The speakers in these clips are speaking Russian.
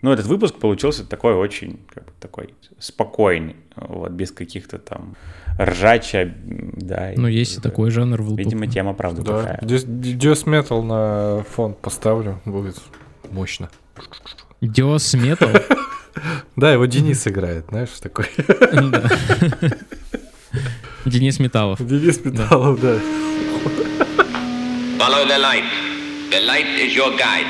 Но этот выпуск получился такой очень, такой спокойный, вот, без каких-то там ржача, да. Ну, есть и такой жанр в ЛПП. Видимо, тема, правда, такая. Death Metal на фон поставлю, будет мощно. Death Metal? Да, его Денис играет, знаешь, такой. Денис Металлов. Денис Металлов, да. Follow the light. The light is your guide.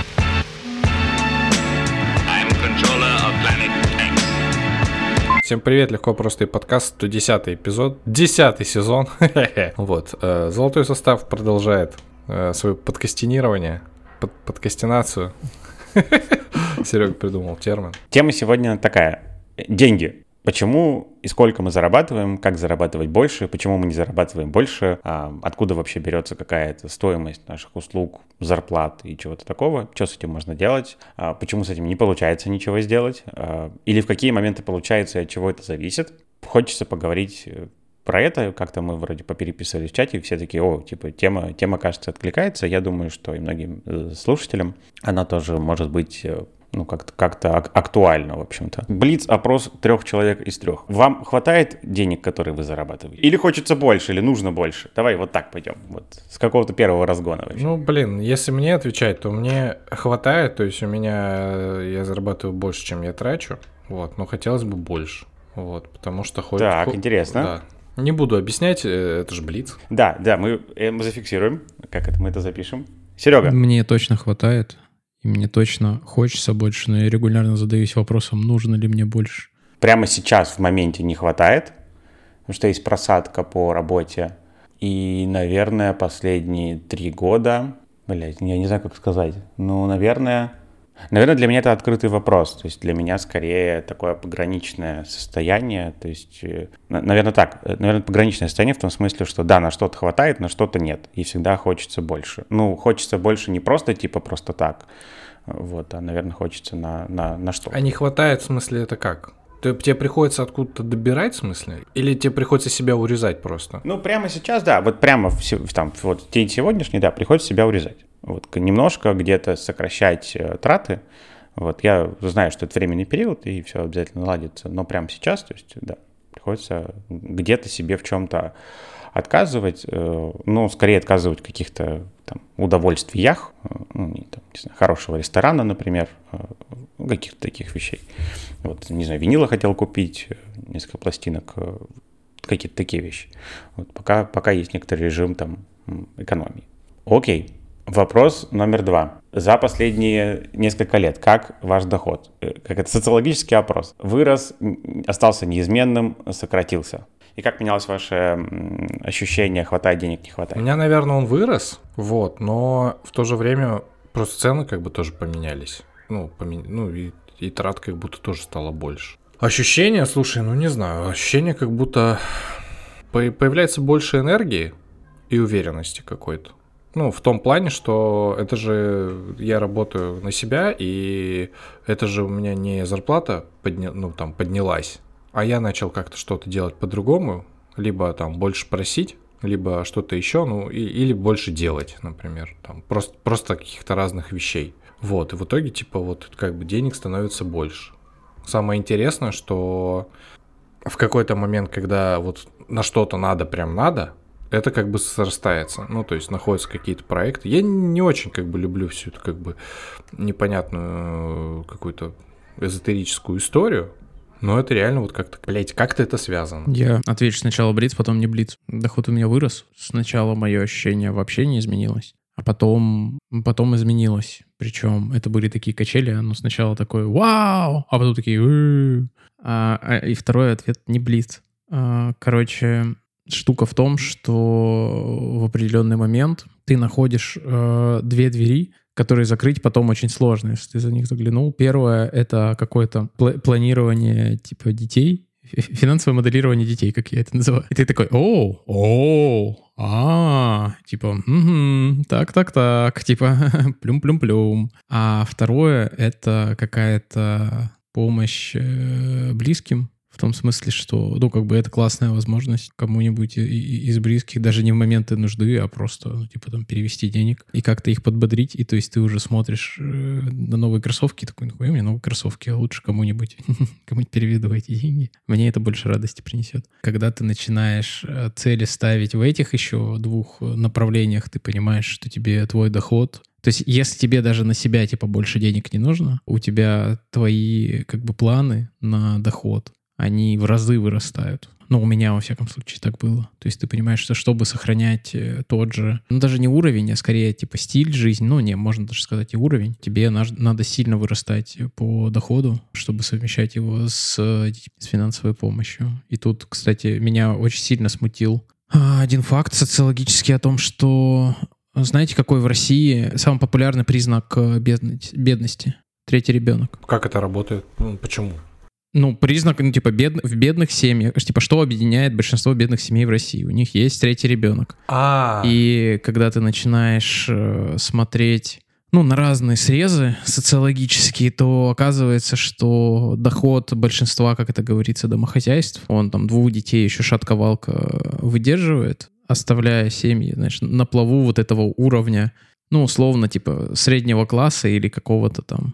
I am controller of planet X. Всем привет, легко просто и подкаст, 110 эпизод, 10 сезон. Вот, золотой состав продолжает свое подкастинирование, подкастинацию. Серега придумал термин. Тема сегодня такая: деньги. Почему и сколько мы зарабатываем, как зарабатывать больше, почему мы не зарабатываем больше, откуда вообще берется какая-то стоимость наших услуг, зарплат и чего-то такого, что с этим можно делать, почему с этим не получается ничего сделать, или в какие моменты получается и от чего это зависит. Хочется поговорить про это, как-то мы вроде попереписывались в чате, и все такие: тема, кажется, откликается. Я думаю, что и многим слушателям она тоже может быть как-то актуально, в общем-то. Блиц-опрос 3 человек из 3. Вам хватает денег, которые вы зарабатываете? Или хочется больше, или нужно больше? Давай вот так пойдем. Вот с какого-то первого разгона вообще. Если мне отвечать, то мне хватает, то есть я зарабатываю больше, чем я трачу, вот, но хотелось бы больше, вот, потому что Так, интересно. Да. Не буду объяснять, это же Блиц. Да, мы зафиксируем, мы это запишем. Серега. Мне точно хватает. И мне точно хочется больше, но я регулярно задаюсь вопросом, нужно ли мне больше. Прямо сейчас в моменте не хватает, потому что есть просадка по работе. И, наверное, последние 3 года, я не знаю, как сказать, наверное, для меня это открытый вопрос. То есть для меня скорее такое пограничное состояние. То есть, наверное, пограничное состояние в том смысле, что да, на что-то хватает, на что-то нет. И всегда хочется больше. Хочется больше не просто просто так, вот, а, наверное, хочется на что-то. А не хватает, в смысле, это как? Тебе приходится откуда-то добирать, в смысле? Или тебе приходится себя урезать просто? Прямо сейчас, да, вот прямо в день сегодняшний, да, приходится себя урезать. Вот немножко где-то сокращать траты. Вот я знаю, что это временный период, и все обязательно наладится. Но прямо сейчас, то есть, да, приходится где-то себе в чем-то отказывать. Скорее отказывать в каких-то удовольствиях, не знаю, хорошего ресторана, например, каких-то таких вещей. Вот, не знаю, винила хотел купить, несколько пластинок, какие-то такие вещи. Вот, пока есть некоторый режим экономии. Окей. Вопрос номер 2. За последние несколько лет как ваш доход? Как это социологический опрос. Вырос, остался неизменным, сократился? И как менялось ваше ощущение, хватает денег, не хватает? У меня, наверное, он вырос, вот, но в то же время просто цены тоже поменялись. И трат как будто тоже стало больше. Ощущение, слушай, не знаю, ощущение, как будто появляется больше энергии и уверенности какой-то. В том плане, что это же я работаю на себя, и это же у меня не зарплата поднялась, а я начал как-то что-то делать по-другому, либо больше просить, либо что-то еще, или больше делать, например, просто каких-то разных вещей. Вот, и в итоге, денег становится больше. Самое интересное, что в какой-то момент, когда на что-то прям надо, это срастается. То есть находятся какие-то проекты. Я не очень люблю всю эту непонятную какую-то эзотерическую историю, но это реально как-то это связано. Я отвечу сначала Блиц, потом не Блиц. Доход у меня вырос. Сначала мое ощущение вообще не изменилось, а потом изменилось. Причем это были такие качели. Оно сначала такое «Вау!», а потом такие «У-у-у». И второй ответ не Блиц. Короче, штука в том, что в определенный момент ты находишь 2 двери, которые закрыть потом очень сложно, если ты за них заглянул. Первое — это какое-то планирование типа финансовое моделирование детей, как я это называю. И ты такой: так, типа плюм-плюм-плюм. А второе — это какая-то помощь близким. В том смысле, что, ну, как бы это классная возможность кому-нибудь из близких, даже не в моменты нужды, а просто, ну, типа, там, перевести денег и как-то их подбодрить. И то есть ты уже смотришь на новые кроссовки, и такой, нахуя мне новые кроссовки, а лучше кому-нибудь переведу эти деньги. Мне это больше радости принесет. Когда ты начинаешь цели ставить в этих еще двух направлениях, ты понимаешь, что тебе твой доход... То есть если тебе даже на себя, типа, больше денег не нужно, у тебя твои, как бы, планы на доход, они в разы вырастают. Ну, у меня, во всяком случае, так было. То есть ты понимаешь, что чтобы сохранять тот же, ну, даже не уровень, а скорее, типа, стиль жизни, ну, не, можно даже сказать и уровень, тебе надо сильно вырастать по доходу, чтобы совмещать его с финансовой помощью. И тут, кстати, меня очень сильно смутил один факт социологический о том, что... Знаете, какой в России самый популярный признак бедности? Третий ребенок. Как это работает? Ну, почему? Ну, признак, ну, типа, в бедных семьях, типа, что объединяет большинство бедных семей в России? У них есть третий ребенок. И когда ты начинаешь смотреть, ну, на разные срезы социологические, то оказывается, что доход большинства, как это говорится, домохозяйств, он там 2 детей еще шатковалка выдерживает, оставляя семьи, знаешь, на плаву вот этого уровня, ну, условно, типа, среднего класса или какого-то там,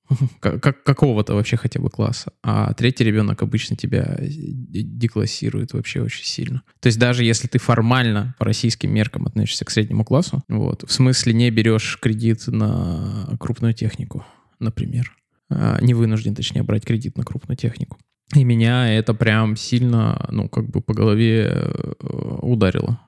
какого-то вообще хотя бы класса. А третий ребенок обычно тебя деклассирует вообще очень сильно. То есть даже если ты формально по российским меркам относишься к среднему классу, вот, в смысле не берешь кредит на крупную технику, например, не вынужден, точнее, брать кредит на крупную технику. И меня это прям сильно, ну, как бы по голове ударило.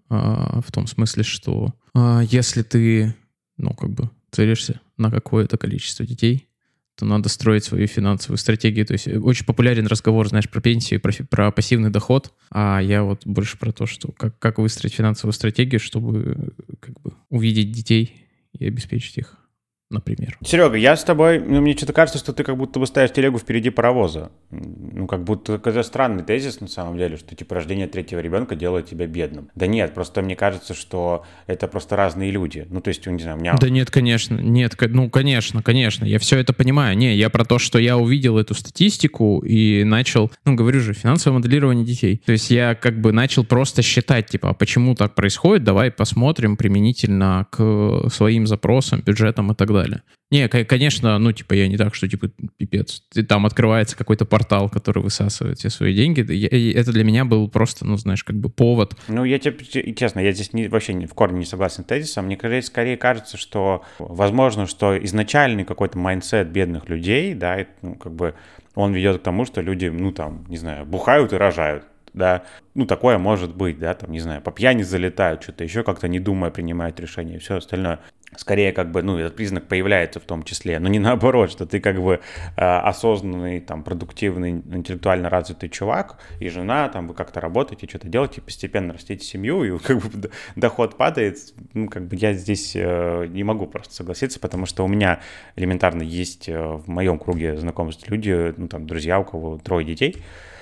В том смысле, что если ты, ну, как бы целишься на какое-то количество детей, то надо строить свою финансовую стратегию. То есть очень популярен разговор, знаешь, про пенсию, про пассивный доход, а я вот больше про то, что как выстроить финансовую стратегию, чтобы как бы увидеть детей и обеспечить их. Например. Серега, я с тобой, ну, мне что-то кажется, что ты как будто бы ставишь телегу впереди паровоза. Ну, как будто это странный тезис на самом деле, что типа рождение третьего ребенка делает тебя бедным. Да нет, просто мне кажется, что это просто разные люди. Ну, то есть, не знаю, у меня... Да нет, конечно, ну, конечно, я все это понимаю. Не, я про то, что я увидел эту статистику и начал, ну, говорю же, финансовое моделирование детей. То есть я как бы начал просто считать, типа, а почему так происходит, давай посмотрим применительно к своим запросам, бюджетам и так далее. Не, конечно, ну, типа, я не так, что, типа, пипец. Там открывается какой-то портал, который высасывает все свои деньги. Это для меня был просто, ну, знаешь, как бы повод. Ну, я тебе, честно, я здесь вообще в корне не согласен с тезисом. Мне скорее кажется, что, возможно, что изначальный какой-то майндсет бедных людей, да, ну, как бы он ведет к тому, что люди, ну, там, не знаю, бухают и рожают. Да, ну, такое может быть, да, там, не знаю, по пьяни залетают, что-то еще как-то не думая принимают решения и все остальное. Скорее, как бы, ну, этот признак появляется в том числе, но не наоборот, что ты как бы осознанный, там, продуктивный, интеллектуально развитый чувак, и жена, там, вы как-то работаете, что-то делаете, постепенно растите семью, и как бы доход падает. Ну, как бы я здесь не могу просто согласиться, потому что у меня элементарно есть в моем круге знакомств люди, ну, там, друзья, у кого 3 детей,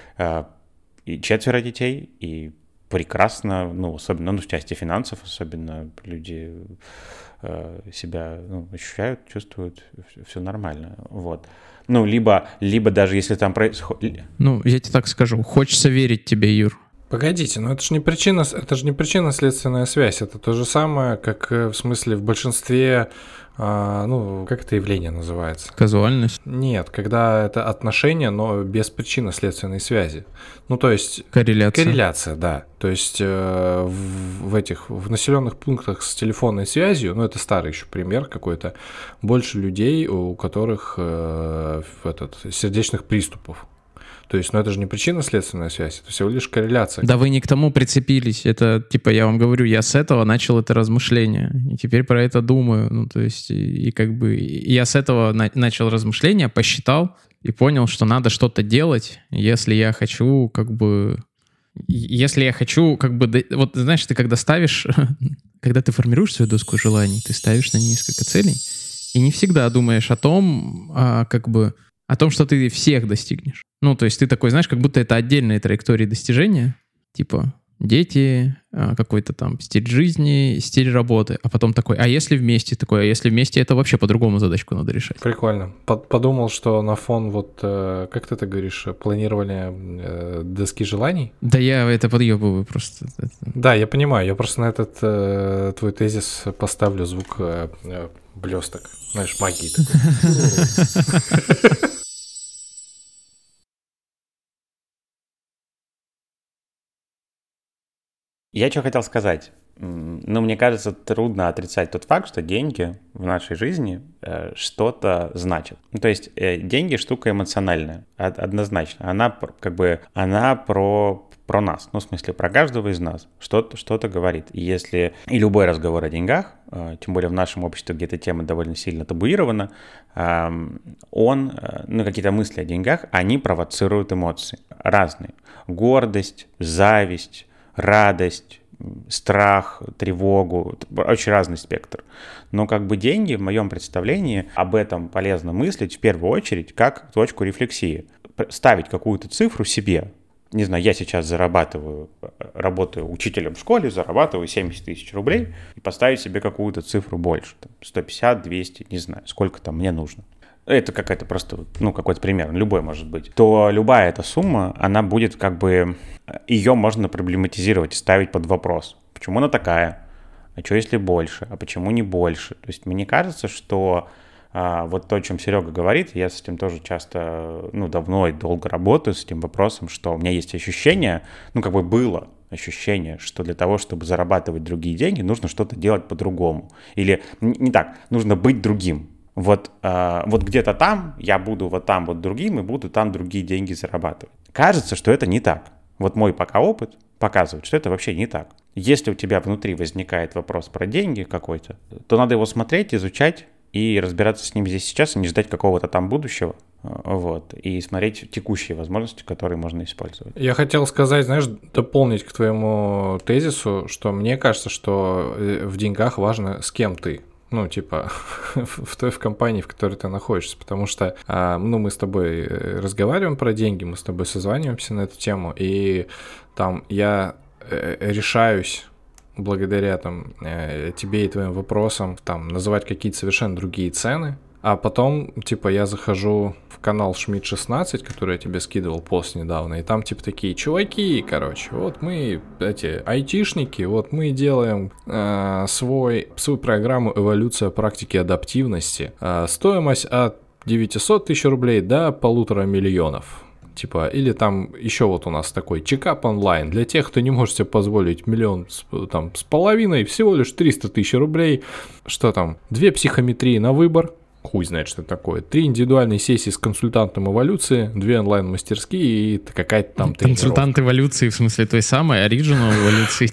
и 4 детей, и прекрасно, ну, особенно, ну, в части финансов, особенно люди себя, ну, ощущают, чувствуют, все нормально, вот. Ну, либо даже если там происходит... Ну, я тебе так скажу, хочется верить тебе, Юр. Погодите, но это же не причинно-следственная связь. Это то же самое, как в смысле в большинстве, ну, как это явление называется? Казуальность? Нет, когда это отношения, но без причинно-следственной связи. Ну, то есть... Корреляция. Корреляция, да. То есть в населенных пунктах с телефонной связью, ну, это старый еще пример какой-то, больше людей, у которых сердечных приступов. То есть, ну это же не причинно-следственная связь, это всего лишь корреляция. Да вы не к тому прицепились. Это, типа, я вам говорю, я с этого начал это размышление. И теперь про это думаю. Ну, то есть, и как бы... Я с этого начал размышления, посчитал и понял, что надо что-то делать, если я хочу, как бы... Если я хочу, как бы... Вот, знаешь, ты когда ставишь... Когда ты формируешь свою доску желаний, ты ставишь на ней несколько целей, и не всегда думаешь о том, как бы... о том, что ты всех достигнешь. Ну, то есть ты такой, знаешь, как будто это отдельные траектории достижения. Типа, дети, какой-то там стиль жизни, стиль работы, а потом такой, а если вместе? Такой, а если вместе, это вообще по-другому задачку надо решать. Прикольно. Подумал, что на фон вот, как ты это говоришь, планирование доски желаний? Да я это подъебываю просто. Да, я понимаю, я просто на этот твой тезис поставлю звук блесток, знаешь, магии такой. Я что хотел сказать. Ну, мне кажется, трудно отрицать тот факт, что деньги в нашей жизни что-то значат. Ну, то есть деньги штука эмоциональная, однозначно. Она про нас, ну, в смысле, про каждого из нас что-то говорит. И любой разговор о деньгах, тем более в нашем обществе, где эта тема довольно сильно табуирована, какие-то мысли о деньгах, они провоцируют эмоции разные. Гордость, зависть, радость, страх, тревогу, очень разный спектр. Но деньги, в моем представлении, об этом полезно мыслить в первую очередь как точку рефлексии. Ставить какую-то цифру себе. Не знаю, я сейчас работаю учителем в школе, зарабатываю 70 тысяч рублей, и поставить себе какую-то цифру больше, 150, 200, не знаю, сколько там мне нужно. Это какая-то просто, какой-то пример, любой может быть. То любая эта сумма, она будет ее можно проблематизировать и ставить под вопрос. Почему она такая? А что если больше? А почему не больше? То есть мне кажется, что вот то, о чем Серега говорит, я с этим тоже часто, давно и долго работаю с этим вопросом, что у меня есть ощущение, было ощущение, что для того, чтобы зарабатывать другие деньги, нужно что-то делать по-другому. Или не так, нужно быть другим. Вот где-то там я буду вот там вот другим и буду там другие деньги зарабатывать. Кажется, что это не так. Вот мой пока опыт показывает, что это вообще не так. Если у тебя внутри возникает вопрос про деньги какой-то, то надо его смотреть, изучать и разбираться с ним здесь сейчас, и не ждать какого-то там будущего. И смотреть текущие возможности, которые можно использовать. Я хотел сказать, знаешь, дополнить к твоему тезису, что мне кажется, что в деньгах важно, с кем ты. В той компании, в которой ты находишься, потому что, мы с тобой разговариваем про деньги, мы с тобой созваниваемся на эту тему, и там я решаюсь благодаря тебе и твоим вопросам называть какие-то совершенно другие цены, а потом, я захожу в канал Шмидт 16, который я тебе скидывал пост недавно, и там, такие чуваки, вот мы, айтишники, вот мы делаем свою программу «Эволюция практики адаптивности». Стоимость от 900 тысяч рублей до 1,5 миллиона. Или там еще вот у нас такой чекап онлайн. Для тех, кто не может себе позволить 1,5 миллиона, всего лишь 300 тысяч рублей. Что там? 2 психометрии на выбор. Хуй знает, что это такое. 3 индивидуальные сессии с консультантом эволюции, 2 онлайн-мастерские и какая-то там тренировка. Консультант эволюции, в смысле той самой, оригинал эволюции,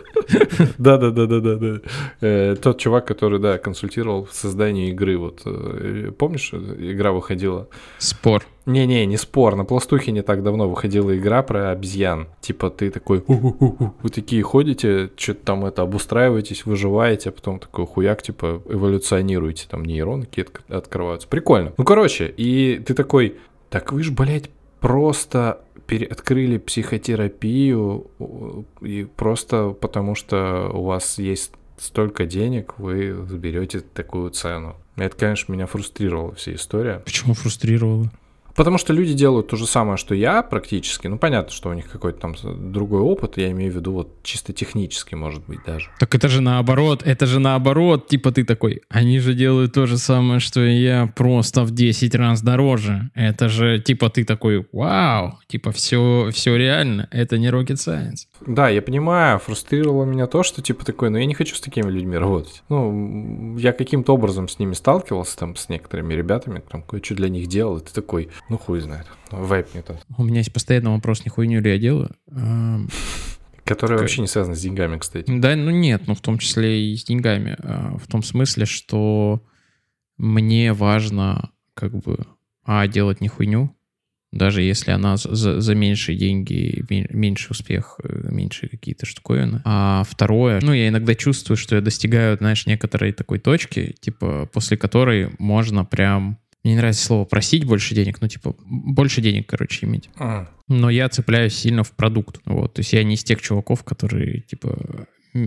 Да. Тот чувак, который, консультировал в создании игры. Вот помнишь, игра выходила? Спор. Не спор. На Пластухе не так давно выходила игра про обезьян. Ты такой, вы такие ходите, что-то там обустраиваетесь, выживаете, а потом такой хуяк, эволюционируете, там нейроны какие-то открываются. Прикольно. И ты такой, так вы ж, блядь, просто открыли психотерапию, и просто потому что у вас есть столько денег, вы берете такую цену. Это, конечно, меня фрустрировала вся история. Почему фрустрировала? Потому что люди делают то же самое, что я практически. Понятно, что у них какой-то там другой опыт, я имею в виду чисто технически, может быть, даже. Так это же наоборот, ты такой, они же делают то же самое, что и я, просто в 10 раз дороже. Это же, ты такой, вау, все реально, это не rocket science. Да, я понимаю, фрустрировало меня то, что такой, я не хочу с такими людьми работать. Я каким-то образом с ними сталкивался, с некоторыми ребятами, кое-что для них делал, и ты такой, хуй знает, вайп не тот. У меня есть постоянный вопрос, не хуйню ли я делаю? Который вообще не связан с деньгами, кстати. Да, нет, в том числе и с деньгами. В том смысле, что мне важно делать не хуйню, даже если она за меньшие деньги, меньший успех, меньшие какие-то штуковины. А второе, я иногда чувствую, что я достигаю, некоторой такой точки, после которой можно прям Мне не нравится слово «просить больше денег», ну, типа, больше денег, короче, иметь. Но я цепляюсь сильно в продукт. Вот. То есть я не из тех чуваков, которые, типа,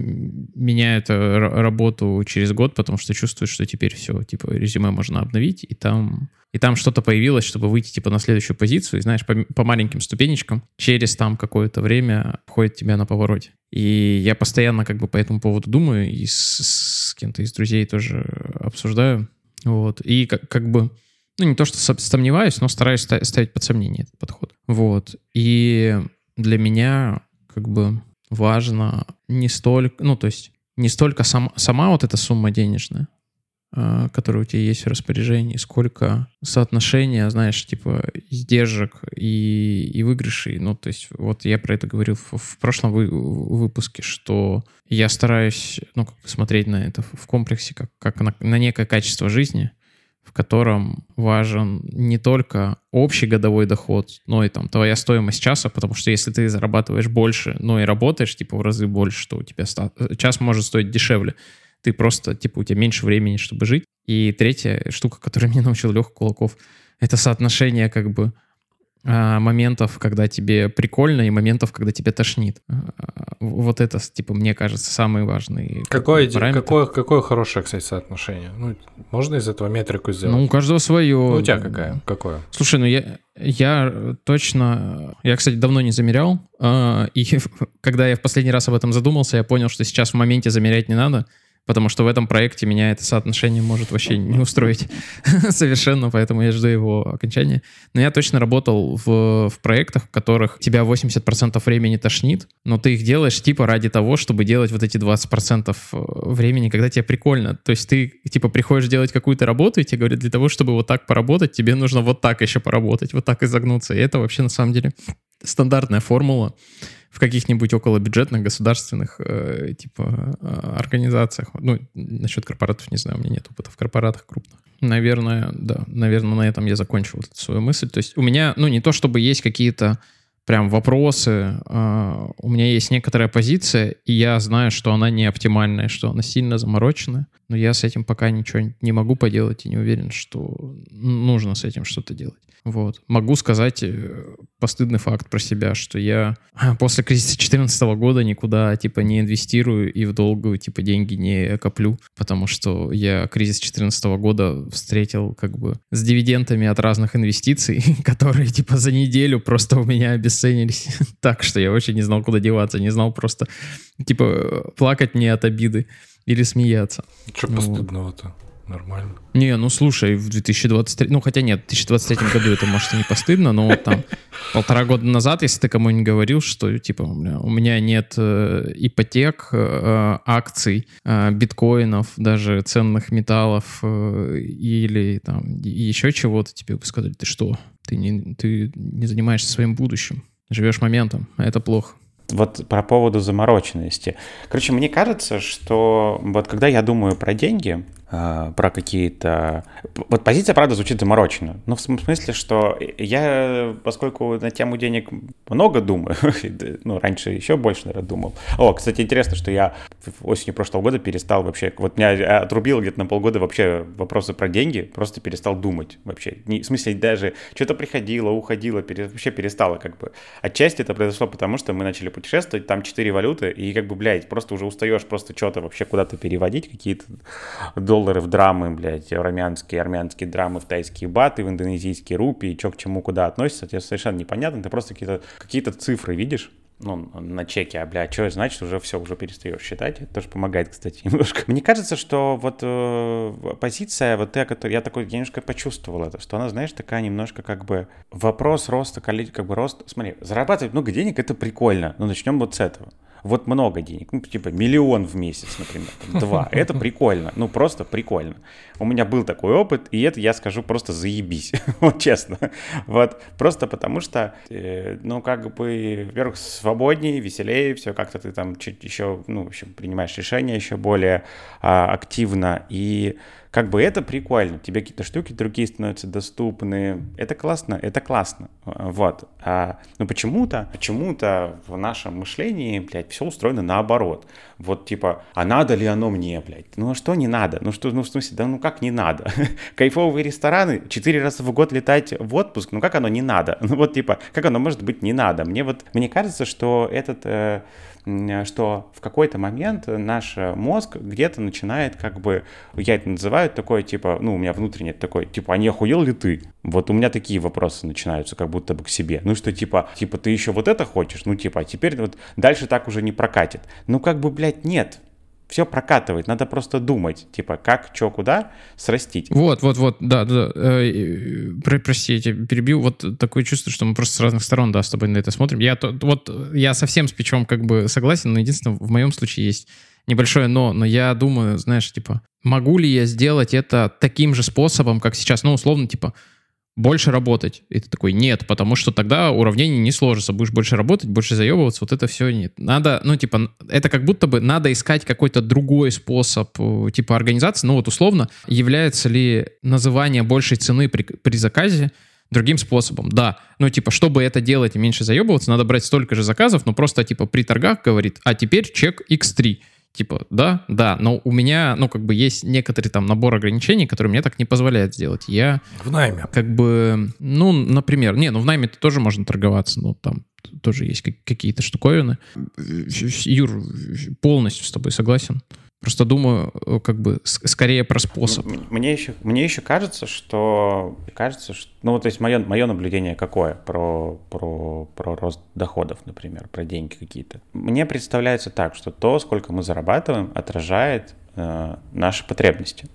меняют работу через год, потому что чувствуют, что теперь все, типа, резюме можно обновить, и там что-то появилось, чтобы выйти, типа, на следующую позицию, и, знаешь, по маленьким ступенечкам через там какое-то время входит тебя на повороте. И я постоянно как бы по этому поводу думаю, и с кем-то из друзей тоже обсуждаю. Вот. И как бы, ну, не то, что сомневаюсь, но стараюсь ставить под сомнение этот подход. Вот. И для меня как бы важно не столько, ну, то есть не столько сама вот эта сумма денежная, которая у тебя есть в распоряжении, сколько соотношения, знаешь, типа издержек и выигрышей. Ну, то есть вот я про это говорил в прошлом выпуске, что я стараюсь, ну, как бы смотреть на это в комплексе, как на некое качество жизни, в котором важен не только общий годовой доход, но и там твоя стоимость часа, потому что если ты зарабатываешь больше, но и работаешь типа в разы больше, то у тебя час может стоить дешевле. Ты просто, типа, у тебя меньше времени, чтобы жить. И третья штука, которую меня научил Леха Кулаков, это соотношение как бы моментов, когда тебе прикольно, и моментов, когда тебя тошнит. Вот это, типа, мне кажется, самый важный параметр. Какое хорошее, кстати, соотношение? Ну, можно из этого метрику сделать? Ну, у каждого свое. Ну, у тебя какое? Слушай, ну я точно... Я, кстати, давно не замерял, и когда я в последний раз об этом задумался, я понял, что сейчас в моменте замерять не надо, потому что в этом проекте меня это соотношение может вообще не устроить совершенно, поэтому я жду его окончания. Но я точно работал в проектах, в которых тебя 80% времени тошнит, но ты их делаешь типа ради того, чтобы делать вот эти 20% времени, когда тебе прикольно. То есть ты типа приходишь делать какую-то работу, и тебе говорят, для того, чтобы вот так поработать, тебе нужно вот так еще поработать, вот так изогнуться. И это вообще на самом деле стандартная формула в каких-нибудь околобюджетных государственных типа организациях. Ну, насчет корпоратов не знаю, у меня нет опыта в корпоратах крупных. Наверное, да. Наверное, на этом я закончил свою мысль. То есть у меня, ну, не то чтобы есть какие-то прям вопросы, у меня есть некоторая позиция, и я знаю, что она не оптимальная, что она сильно замороченная, но я с этим пока ничего не могу поделать и не уверен, что нужно с этим что-то делать. Вот. Могу сказать постыдный факт про себя, что я после кризиса 2014 года никуда типа не инвестирую и в долгую типа деньги не коплю, потому что я кризис 2014 года встретил как бы с дивидендами от разных инвестиций, которые типа за неделю просто у меня обесценились так, что я вообще не знал, куда деваться, не знал просто типа плакать не от обиды или смеяться. Что постыдного-то? Нормально. Не, ну слушай, в 2023... Ну, хотя нет, в 2023 году это, может, и не постыдно, но вот там 1,5 года назад, если ты кому-нибудь говорил, что, типа, у меня нет ипотек, акций, биткоинов, даже ценных металлов или там еще чего-то, тебе бы сказали, ты что? Ты не занимаешься своим будущим, живешь моментом, а это плохо. Вот про поводу замороченности. Короче, мне кажется, что вот когда я думаю про деньги, про какие-то... Вот позиция, правда, звучит замороченно. Ну, в смысле, что я, поскольку на тему денег много думаю, ну, раньше еще больше, наверное, думал. О, кстати, интересно, что я осенью прошлого года перестал вообще... Вот меня отрубило где-то на полгода вообще вопросы про деньги, просто перестал думать вообще. В смысле, даже что-то приходило, уходило, вообще перестало как бы. Отчасти это произошло потому, что мы начали путешествовать, там 4 валюты, и как бы, блядь, просто уже устаешь просто что-то вообще куда-то переводить, какие-то доллары в драмы, блядь, армянские драмы, в тайские баты, в индонезийские рупии, что к чему, куда относится, тебе совершенно непонятно, ты просто какие-то цифры видишь, ну, на чеке, а, блядь, что это значит, уже все, уже перестаешь считать, это тоже помогает, кстати, немножко. Мне кажется, что вот позиция, вот я немножко почувствовал это, что она, знаешь, такая немножко как бы вопрос роста, как бы рост, смотри, зарабатывать много денег, это прикольно, но начнем вот с этого. Вот много денег, ну, типа 1 миллион в месяц, например, 2, это прикольно, ну, просто прикольно. У меня был такой опыт, и это, я скажу, просто заебись, вот честно. Вот, просто потому что, ну, как бы, во-первых, свободнее, веселее, все как-то ты там чуть еще, ну, в общем, принимаешь решения еще более активно, и как бы это прикольно, тебе какие-то штуки другие становятся доступны, это классно, вот. Но почему-то в нашем мышлении, блядь, все устроено наоборот. Вот типа, а надо ли оно мне, блядь? Ну а что не надо? Ну что, ну в смысле, да ну как не надо? Кайфовые рестораны, 4 раза в год летать в отпуск, ну как оно не надо? Ну вот типа, как оно может быть не надо? Мне кажется, что что в какой-то момент наш мозг где-то начинает как бы, я это называю такое, типа, ну, у меня внутреннее такое, типа, а не охуел ли ты? Вот у меня такие вопросы начинаются, как будто бы к себе. Ну, что, типа, ты еще вот это хочешь? Ну, типа, а теперь вот дальше так уже не прокатит. Ну, как бы, блядь, нет. Все прокатывает, надо просто думать, типа, как, что, куда срастить. Вот, да. Прости, я тебя перебил. Вот такое чувство, что мы просто с разных сторон, да, с тобой на это смотрим. Я совсем с Печом как бы согласен, но единственное, в моем случае есть небольшое но я думаю, знаешь, типа, могу ли я сделать это таким же способом, как сейчас, ну, условно, типа, больше работать. И ты такой, нет, потому что тогда уравнение не сложится. Будешь больше работать, больше заебываться, вот это все нет. Надо, ну, типа, это как будто бы надо искать какой-то другой способ, типа, организации. Ну, вот условно, является ли называние большей цены при заказе другим способом? Да. Ну, типа, чтобы это делать и меньше заебываться, надо брать столько же заказов, но просто, типа, при торгах говорит, а теперь чек X3. Типа, да, но у меня, ну, как бы есть некоторый там набор ограничений, которые мне так не позволяют сделать. Я... В найме. Как бы, ну, например, в найме-то тоже можно торговаться, но там тоже есть какие-то штуковины. Юр, полностью с тобой согласен. Просто думаю, как бы, скорее про способ. Мне еще кажется, что ну, вот, то есть мое наблюдение какое про рост доходов, например, про деньги какие-то. Мне представляется так, что то, сколько мы зарабатываем, отражает наши потребности.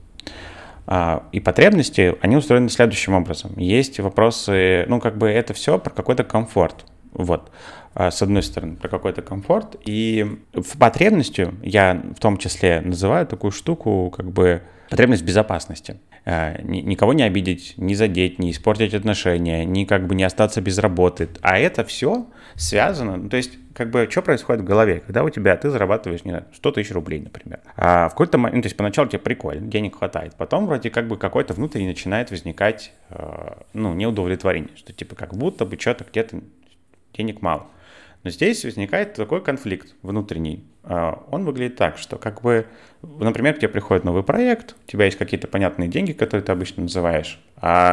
И потребности, они устроены следующим образом. Есть вопросы, ну, как бы это все про какой-то комфорт. Вот. С одной стороны, про какой-то комфорт. И в потребностью я в том числе называю такую штуку, как бы потребность безопасности. Никого не обидеть, не задеть, не испортить отношения, ни как бы не остаться без работы. А это все связано, ну, то есть как бы что происходит в голове, когда ты зарабатываешь, не знаю, 100 тысяч рублей, например. А в какой-то момент, ну, то есть поначалу тебе прикольно, денег хватает, потом вроде как бы какой-то внутренне начинает возникать, ну, неудовлетворение, что типа как будто бы что-то где-то денег мало. Но здесь возникает такой конфликт внутренний. Он выглядит так, что как бы, например, к тебе приходит новый проект, у тебя есть какие-то понятные деньги, которые ты обычно называешь,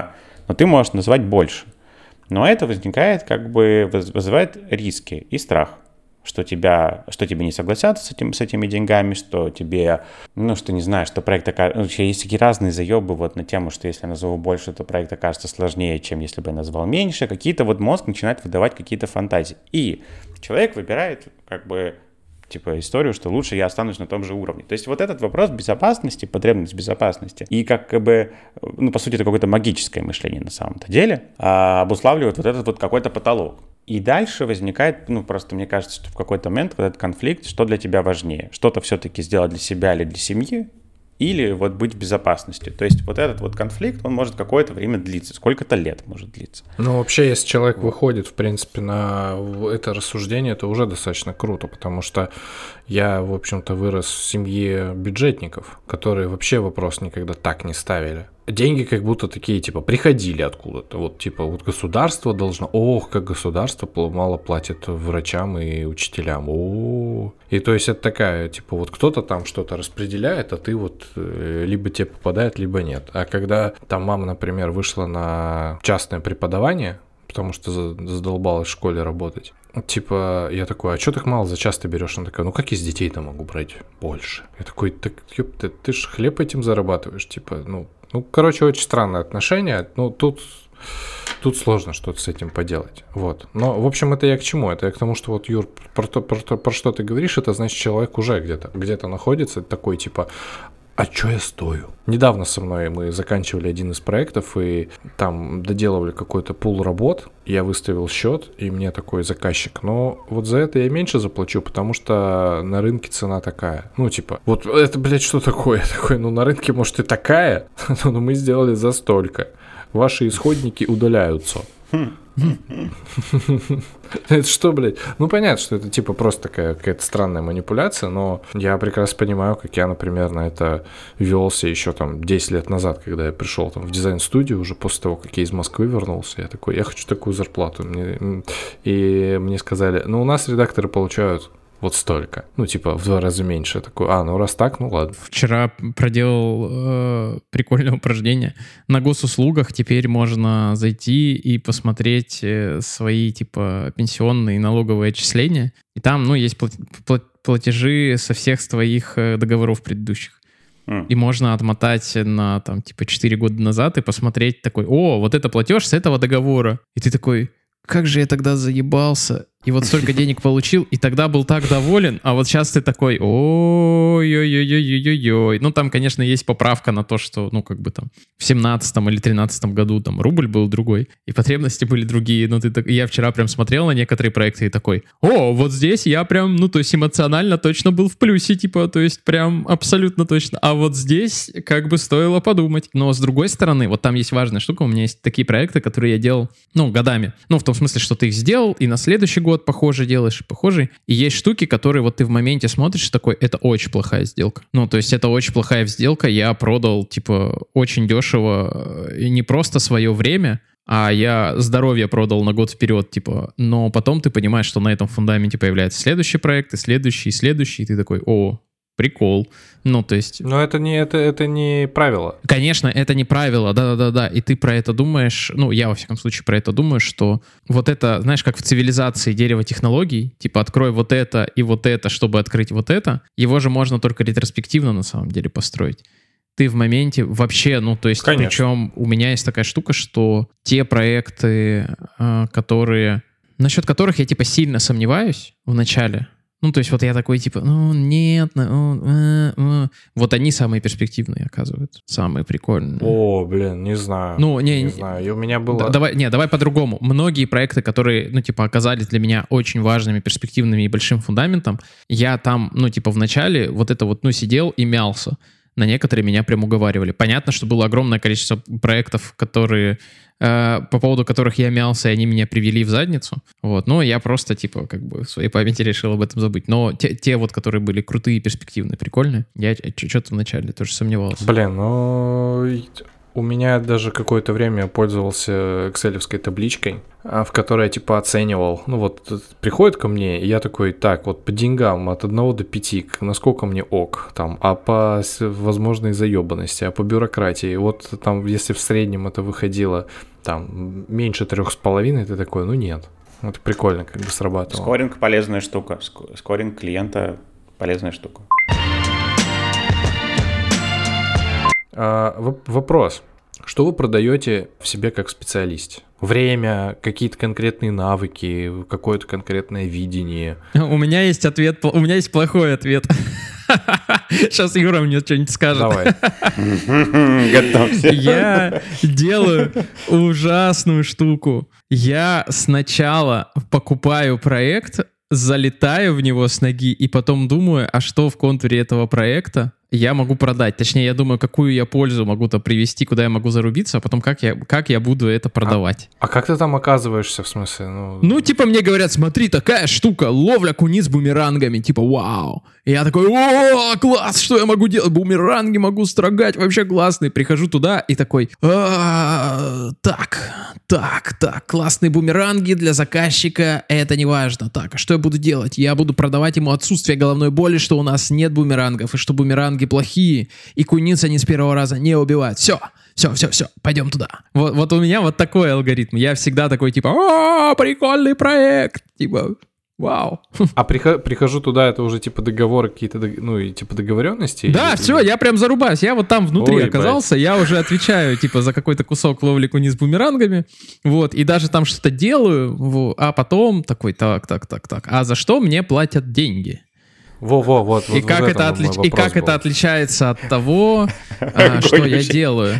но ты можешь назвать больше. Но это возникает, как бы вызывает риски и страх, что тебе не согласятся с этими деньгами, что тебе, ну, что не знаю, что проект окажется... Есть такие разные заебы вот на тему, что если я назову больше, то проект окажется сложнее, чем если бы я назвал меньше. Какие-то вот мозг начинает выдавать какие-то фантазии. И человек выбирает, как бы, типа, историю, что лучше я останусь на том же уровне. То есть вот этот вопрос безопасности, потребность безопасности, и как бы, ну, по сути, это какое-то магическое мышление на самом-то деле, обуславливает вот этот вот какой-то потолок. И дальше возникает, ну, просто мне кажется, что в какой-то момент вот этот конфликт, что для тебя важнее, что-то все-таки сделать для себя или для семьи, или вот быть в безопасности. То есть вот этот вот конфликт, он может какое-то время длиться, сколько-то лет может длиться. Ну, вообще, если человек выходит, в принципе, на это рассуждение, это уже достаточно круто, потому что я, в общем-то, вырос в семье бюджетников, которые вообще вопрос никогда так не ставили. Деньги как будто такие, типа, приходили откуда-то. Вот, типа, вот государство должно... Ох, как государство мало платит врачам и учителям. О. И то есть это такая, типа, вот кто-то там что-то распределяет, а ты вот либо тебе попадает, либо нет. А когда там мама, например, вышла на частное преподавание, потому что задолбалась в школе работать, типа, я такой, а что так мало за час ты берешь? Она такая, ну как из детей-то могу брать больше? Я такой, так, ёпта, ты ж хлеб этим зарабатываешь, типа, ну, короче, очень странное отношение. Ну, тут сложно что-то с этим поделать. Вот. Но, в общем, это я к чему? Это я к тому, что вот, Юр, про что ты говоришь, это значит, человек уже где-то находится, такой, типа, а чё я стою? Недавно со мной мы заканчивали один из проектов, и там доделывали какой-то пул работ, я выставил счет, и мне такой заказчик, но вот за это я меньше заплачу, потому что на рынке цена такая. Ну, типа, вот это, блядь, что такое? Я такой, ну, на рынке, может, и такая, но мы сделали за столько. Ваши исходники удаляются. Это что, блядь? Ну, понятно, что это типа просто такая какая-то странная манипуляция, но я прекрасно понимаю, как я, например, на это велся еще там 10 лет назад, когда я пришел там в дизайн-студию, уже после того, как я из Москвы вернулся, я такой, я хочу такую зарплату. И мне сказали, ну, у нас редакторы получают вот столько. Ну, типа, в 2 раза меньше. Я такой, ну раз так, ну ладно. Вчера проделал прикольное упражнение. На госуслугах теперь можно зайти и посмотреть свои, типа, пенсионные и налоговые отчисления. И там, ну, есть платежи со всех твоих договоров предыдущих. И можно отмотать на, там, типа, 4 года назад и посмотреть такой, вот это платеж с этого договора. И ты такой, как же я тогда заебался. И вот столько денег получил, и тогда был так доволен, а вот сейчас ты такой, ой-ой-ой-ой-ой-ой. Ну, там, конечно, есть поправка на то, что, ну, как бы там в 17-м или 13-м году там рубль был другой, и потребности были другие. Ну, я вчера прям смотрел на некоторые проекты и такой, вот здесь я прям, ну, то есть эмоционально точно был в плюсе, типа, то есть прям абсолютно точно. А вот здесь как бы стоило подумать. Но с другой стороны, вот там есть важная штука, у меня есть такие проекты, которые я делал, ну, годами. Ну, в том смысле, что ты их сделал, и на следующий год похоже делаешь, похожий. И есть штуки, которые вот ты в моменте смотришь, такой, это очень плохая сделка. Ну, то есть это очень плохая сделка. Я продал, типа, очень дешево и не просто свое время, а я здоровье продал на год вперед, типа. Но потом ты понимаешь, что на этом фундаменте появляется следующий проект, и следующий, и ты такой, прикол. Ну, то есть... Но это не правило. Конечно, это не правило, да-да-да. И ты про это думаешь, ну, я, во всяком случае, про это думаю, что вот это, знаешь, как в цивилизации дерево технологий, типа, открой вот это и вот это, чтобы открыть вот это, его же можно только ретроспективно, на самом деле, построить. Ты в моменте вообще, ну, то есть, конечно. Причем у меня есть такая штука, что те проекты, насчет которых я, типа, сильно сомневаюсь в начале, ну, то есть вот я такой, типа, нет, вот они самые перспективные, оказываются, самые прикольные. Блин, не знаю. Ну, не знаю. И у меня было... Давай по-другому. Многие проекты, которые, ну, типа, оказались для меня очень важными, перспективными и большим фундаментом, я там, ну, типа, в начале вот это вот, ну, сидел и мялся. На некоторые меня прям уговаривали. Понятно, что было огромное количество проектов, которые... по поводу которых я мялся, и они меня привели в задницу. Вот. Но я просто, типа, как бы в своей памяти решил об этом забыть. Но те вот, которые были крутые, перспективные, прикольные, я что-то вначале тоже сомневался. Блин, у меня даже какое-то время я пользовался экселевской табличкой, в которой я, типа, оценивал. Ну, вот приходит ко мне, и я такой, так, вот по деньгам от 1 до 5, насколько мне ок, там, а по возможной заебанности, а по бюрократии. Вот там, если в среднем это выходило, там, меньше 3,5, ты такой, ну, нет. Это прикольно как бы срабатывало. Скоринг – полезная штука. Скоринг клиента – полезная штука. Вопрос. Что вы продаете в себе как специалист? Время, какие-то конкретные навыки, какое-то конкретное видение? У меня есть ответ, у меня есть плохой ответ. Сейчас Юра мне что-нибудь скажет. Давай. Готовься. Я делаю ужасную штуку. Я сначала покупаю проект, залетаю в него с ноги и потом думаю, а что в контуре этого проекта я могу продать. Точнее, я думаю, какую я пользу могу-то привести, куда я могу зарубиться, а потом как я буду это продавать. А как ты там оказываешься, в смысле? Ну, типа, мне говорят, смотри, такая штука, ловля куниц бумерангами, типа, вау. И я такой, класс, что я могу делать? Бумеранги могу строгать, вообще классный. Прихожу туда и такой, так, классные бумеранги для заказчика, это не важно. Так, а что я буду делать? Я буду продавать ему отсутствие головной боли, что у нас нет бумерангов, и что бумеранги плохие, и куниц они с первого раза не убивают. Все, пойдем туда. Вот у меня вот такой алгоритм. Я всегда такой, типа, прикольный проект, типа, вау. А прихожу туда, это уже типа договоры какие-то, ну и типа договоренности? Да, все, я прям зарубаюсь. Я вот там внутри оказался, блядь. Я уже отвечаю, типа, за какой-то кусок ловли куниц бумерангами, вот, и даже там что-то делаю, а потом такой, так, а за что мне платят деньги? Вот. И как это отличается от того, что я делаю?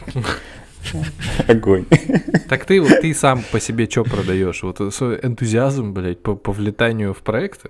Огонь. Так ты сам по себе что продаешь? Вот свой энтузиазм, блядь, по влетанию в проекты?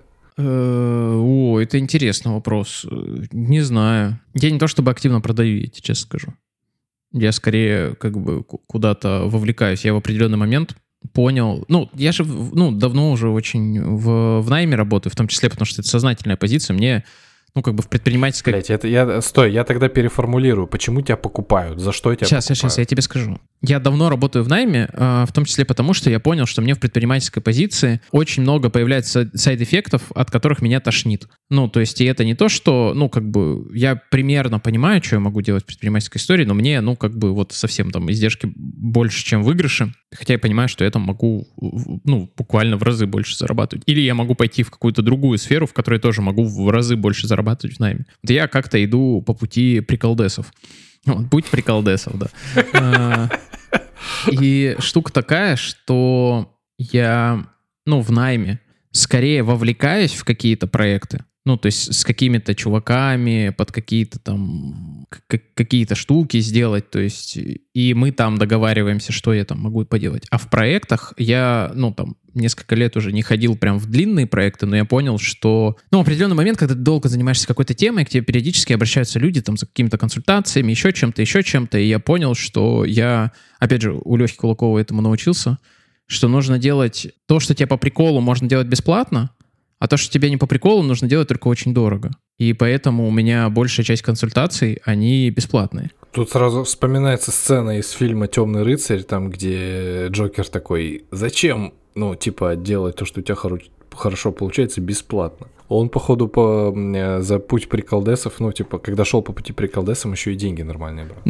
Это интересный вопрос. Не знаю. Я не то чтобы активно продаю, я тебе честно скажу. Я скорее как бы куда-то вовлекаюсь. Я в определенный момент понял... Ну, я же давно уже очень в найме работаю, в том числе потому, что это сознательная позиция. Мне, как бы в предпринимательской... Блять, я тогда переформулирую. Почему тебя покупают? За что тебя покупают? Сейчас я тебе скажу. Я давно работаю в найме, в том числе потому, что я понял, что мне в предпринимательской позиции очень много появляется сайд-эффектов, от которых меня тошнит. То есть, и это не то, что, как бы, я примерно понимаю, что я могу делать в предпринимательской истории, но мне, как бы, вот совсем там издержки больше, чем выигрыши, хотя я понимаю, что я там могу, буквально в разы больше зарабатывать. Или я могу пойти в какую-то другую сферу, в которой тоже могу в разы больше зарабатывать в найме. Вот я как-то иду по пути приколдесов. Путь приколдесов, да. И штука такая, что я, в найме скорее вовлекаюсь в какие-то проекты, то есть с какими-то чуваками под какие-то там, какие-то штуки сделать, то есть, и мы там договариваемся, что я там могу поделать. А в проектах я, там, несколько лет уже не ходил прям в длинные проекты, но я понял, что, в определенный момент, когда ты долго занимаешься какой-то темой, к тебе периодически обращаются люди там за какими-то консультациями, еще чем-то, и я понял, что я, опять же, у Лехи Кулакова этому научился, что нужно делать то, что тебе по приколу можно делать бесплатно, а то, что тебе не по приколу, нужно делать только очень дорого. И поэтому у меня большая часть консультаций, они бесплатные. Тут сразу вспоминается сцена из фильма «Темный рыцарь», там, где Джокер такой: зачем, делать то, что у тебя хорошо получается, бесплатно? Он, походу, за путь приколдесов, когда шел по пути приколдесам, еще и деньги нормальные брал.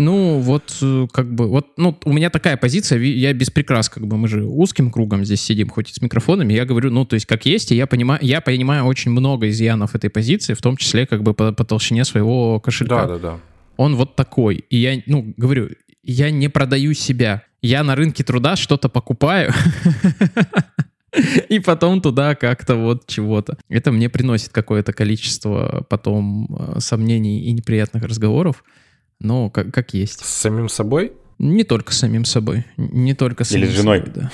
У меня такая позиция, я без прикрас, мы же узким кругом здесь сидим, хоть и с микрофонами, я говорю, то есть как есть, и я понимаю очень много изъянов этой позиции, в том числе, по толщине своего кошелька. Да. Он вот такой, и я, говорю, я не продаю себя, я на рынке труда что-то покупаю, и потом туда как-то вот чего-то. Это мне приносит какое-то количество потом сомнений и неприятных разговоров, но как есть. С самим собой? Не только с самим собой. Не только с Или с женой. Собой,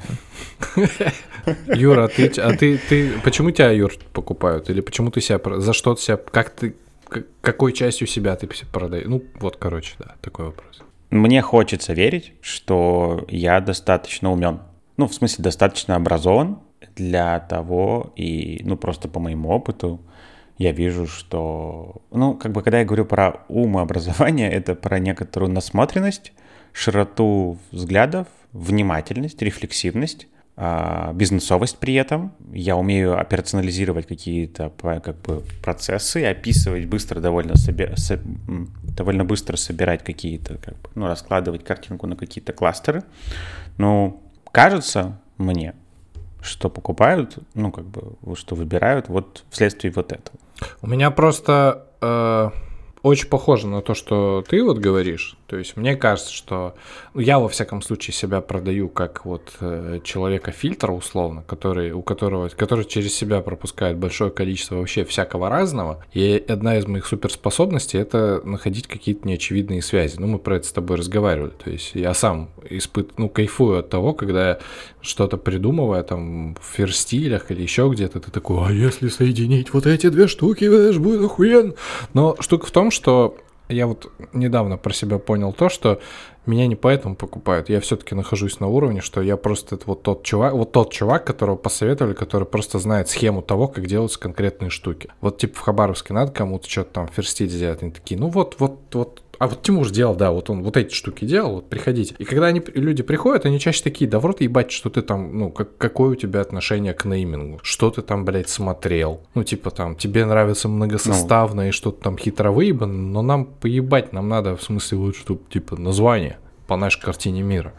да. Юра, ты почему тебя, Юр, покупают? Или почему ты себя... За что ты себя... Какой частью себя ты продаешь? Такой вопрос. Мне хочется верить, что я достаточно умен. В смысле, достаточно образован для того, и, просто по моему опыту, я вижу, что, когда я говорю про ум и образование, это про некоторую насмотренность, широту взглядов, внимательность, рефлексивность, бизнесовость при этом. Я умею операционализировать какие-то процессы, описывать быстро, довольно быстро собирать какие-то, раскладывать картинку на какие-то кластеры. Кажется мне, что покупают, что выбирают вследствие этого. У меня просто очень похоже на то, что ты говоришь. То есть мне кажется, что я во всяком случае себя продаю как человека-фильтра условно, который через себя пропускает большое количество вообще всякого разного. И одна из моих суперспособностей — это находить какие-то неочевидные связи. Мы про это с тобой разговаривали. То есть я сам кайфую от того, когда я что-то придумываю там в ферстилях или еще где-то, ты такой: а если соединить вот эти две штуки, это ж будет охуенно. Но штука в том, что я недавно про себя понял то, что меня не поэтому покупают. Я все-таки нахожусь на уровне, что я просто тот чувак, которого посоветовали, который просто знает схему того, как делаются конкретные штуки. В Хабаровске надо кому-то что-то там ферстиль сделать, они такие: а Тимур делал, да, он эти штуки делал, приходите. И когда люди приходят, они чаще такие: да в рот ебать, что ты там, какое у тебя отношение к неймингу, что ты там, блядь, смотрел. Тебе нравится многосоставное и что-то там хитро выебано, но нам поебать, нам надо, в смысле, чтобы, название по нашей картине мира.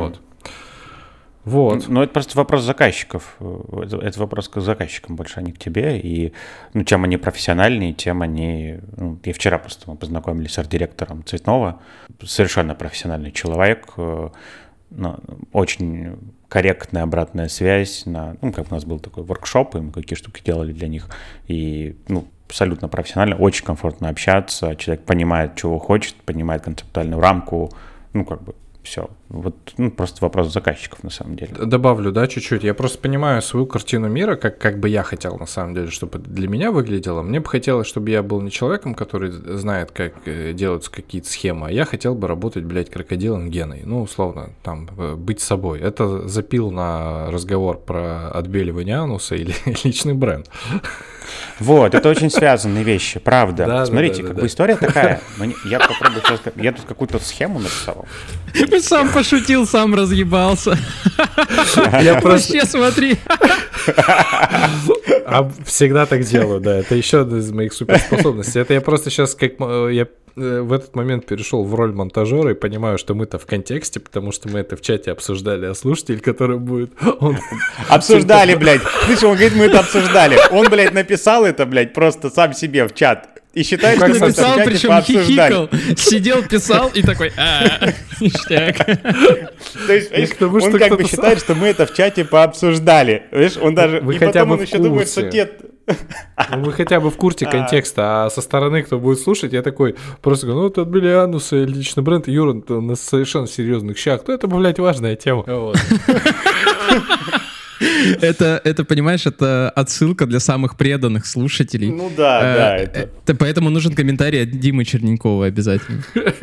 Это просто вопрос заказчиков. Это вопрос к заказчикам больше, а не к тебе. И чем они профессиональнее, тем они... Я вчера мы познакомились с арт-директором Цветного. Совершенно профессиональный человек. Очень корректная обратная связь. У нас был такой воркшоп, и мы какие штуки делали для них. И абсолютно профессионально, очень комфортно общаться. Человек понимает, чего хочет, понимает концептуальную рамку. все. Вот, просто вопрос заказчиков, на самом деле. Добавлю, да, чуть-чуть. Я просто понимаю свою картину мира, как бы я хотел, на самом деле, чтобы для меня выглядело. Мне бы хотелось, чтобы я был не человеком, который знает, как делаются какие-то схемы, а я хотел бы работать, блядь, крокодилом Геной. Ну, условно, там, быть собой. Это запил на разговор про отбеливание ануса или личный бренд. Вот, это очень связанные вещи, правда. Смотрите, как бы история такая. Я попробую сейчас... Я тут какую-то схему нарисовал. Сам пошутил, сам разъебался. Я Вообще, смотри. Всегда так делаю, да. Это еще одна из моих суперспособностей. Это я просто сейчас, как я в этот момент перешел в роль монтажера и понимаю, что мы-то в контексте, потому что мы это в чате обсуждали, а слушатель, который будет... Обсуждали, блядь. Слышь, он говорит, мы это обсуждали. Он, блядь, написал это, блядь, просто сам себе в чат. И считает, что мы это в написал, чате причем пообсуждали. хихикал. Сидел, писал и такой, ништяк. То есть, он как бы считает, что мы это в чате пообсуждали. Видишь, он даже... Вы И хотя потом бы он в еще думает, что курсе. нет... Вы хотя бы в курсе контекста, а со стороны, кто будет слушать, я такой просто говорю, ну, это отбили ануса, личный бренд, Юра на совершенно серьезных щах. Ну, это, блядь, важная тема. Это, понимаешь, это отсылка для самых преданных слушателей. Ну да, это... Поэтому нужен комментарий от Димы Черненкова обязательно.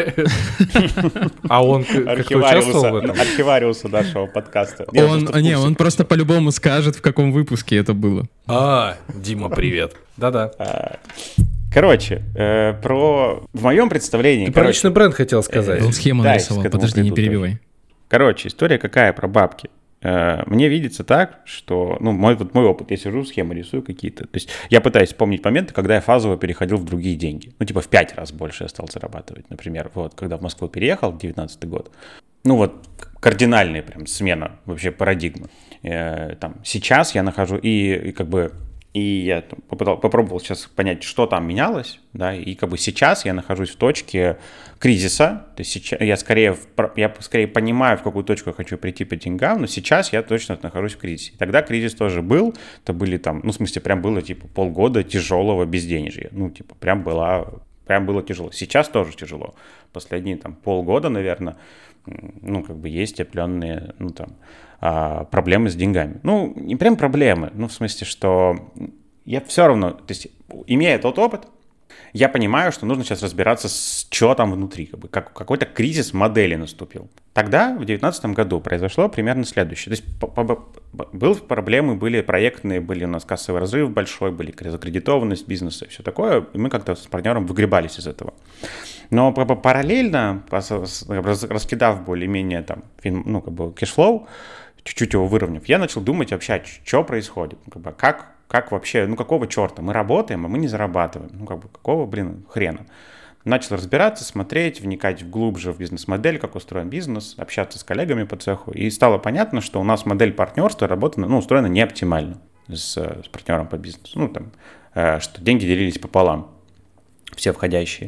А он как-то участвовал в этом? Архивариуса нашего подкаста. Он просто по-любому скажет, в каком выпуске это было. Дима, привет. Да-да. Короче, в моем представлении... Ты про личный бренд хотел сказать. Он схему нарисовал, подожди, не перебивай. Короче, история какая про бабки. Мне видится так, что, мой опыт, я сижу, схемы рисую какие-то. То есть я пытаюсь вспомнить моменты, когда я фазово переходил в другие деньги. В 5 раз больше я стал зарабатывать, например. Вот, когда в Москву переехал, 19-й год. Кардинальная прям смена вообще парадигмы. Сейчас я нахожу, и я попробовал сейчас понять, что там менялось, да, и сейчас я нахожусь в точке кризиса, то есть сейчас я скорее понимаю, в какую точку я хочу прийти по деньгам, но сейчас я точно нахожусь в кризисе. Тогда кризис тоже был, это были прям было полгода тяжелого безденежья, прям было тяжело. Сейчас тоже тяжело. Последние полгода, наверное, есть определенные, проблемы с деньгами. Не прям проблемы, в смысле, что я все равно, то есть, имея тот опыт, я понимаю, что нужно сейчас разбираться, что там внутри, какой-то кризис модели наступил. Тогда, в 2019 году, произошло примерно следующее. То есть, проблемы, были проектные, были у нас кассовый разрыв большой, были закредитованность бизнеса и все такое, и мы как-то с партнером выгребались из этого. Но параллельно, раскидав более-менее кэшфлоу, чуть-чуть его выровняв, я начал думать вообще, что происходит, как вообще, какого черта мы работаем, а мы не зарабатываем, какого, хрена. Начал разбираться, смотреть, вникать глубже в бизнес-модель, как устроен бизнес, общаться с коллегами по цеху, и стало понятно, что у нас модель партнерства устроена не оптимально с партнером по бизнесу, что деньги делились пополам, все входящие.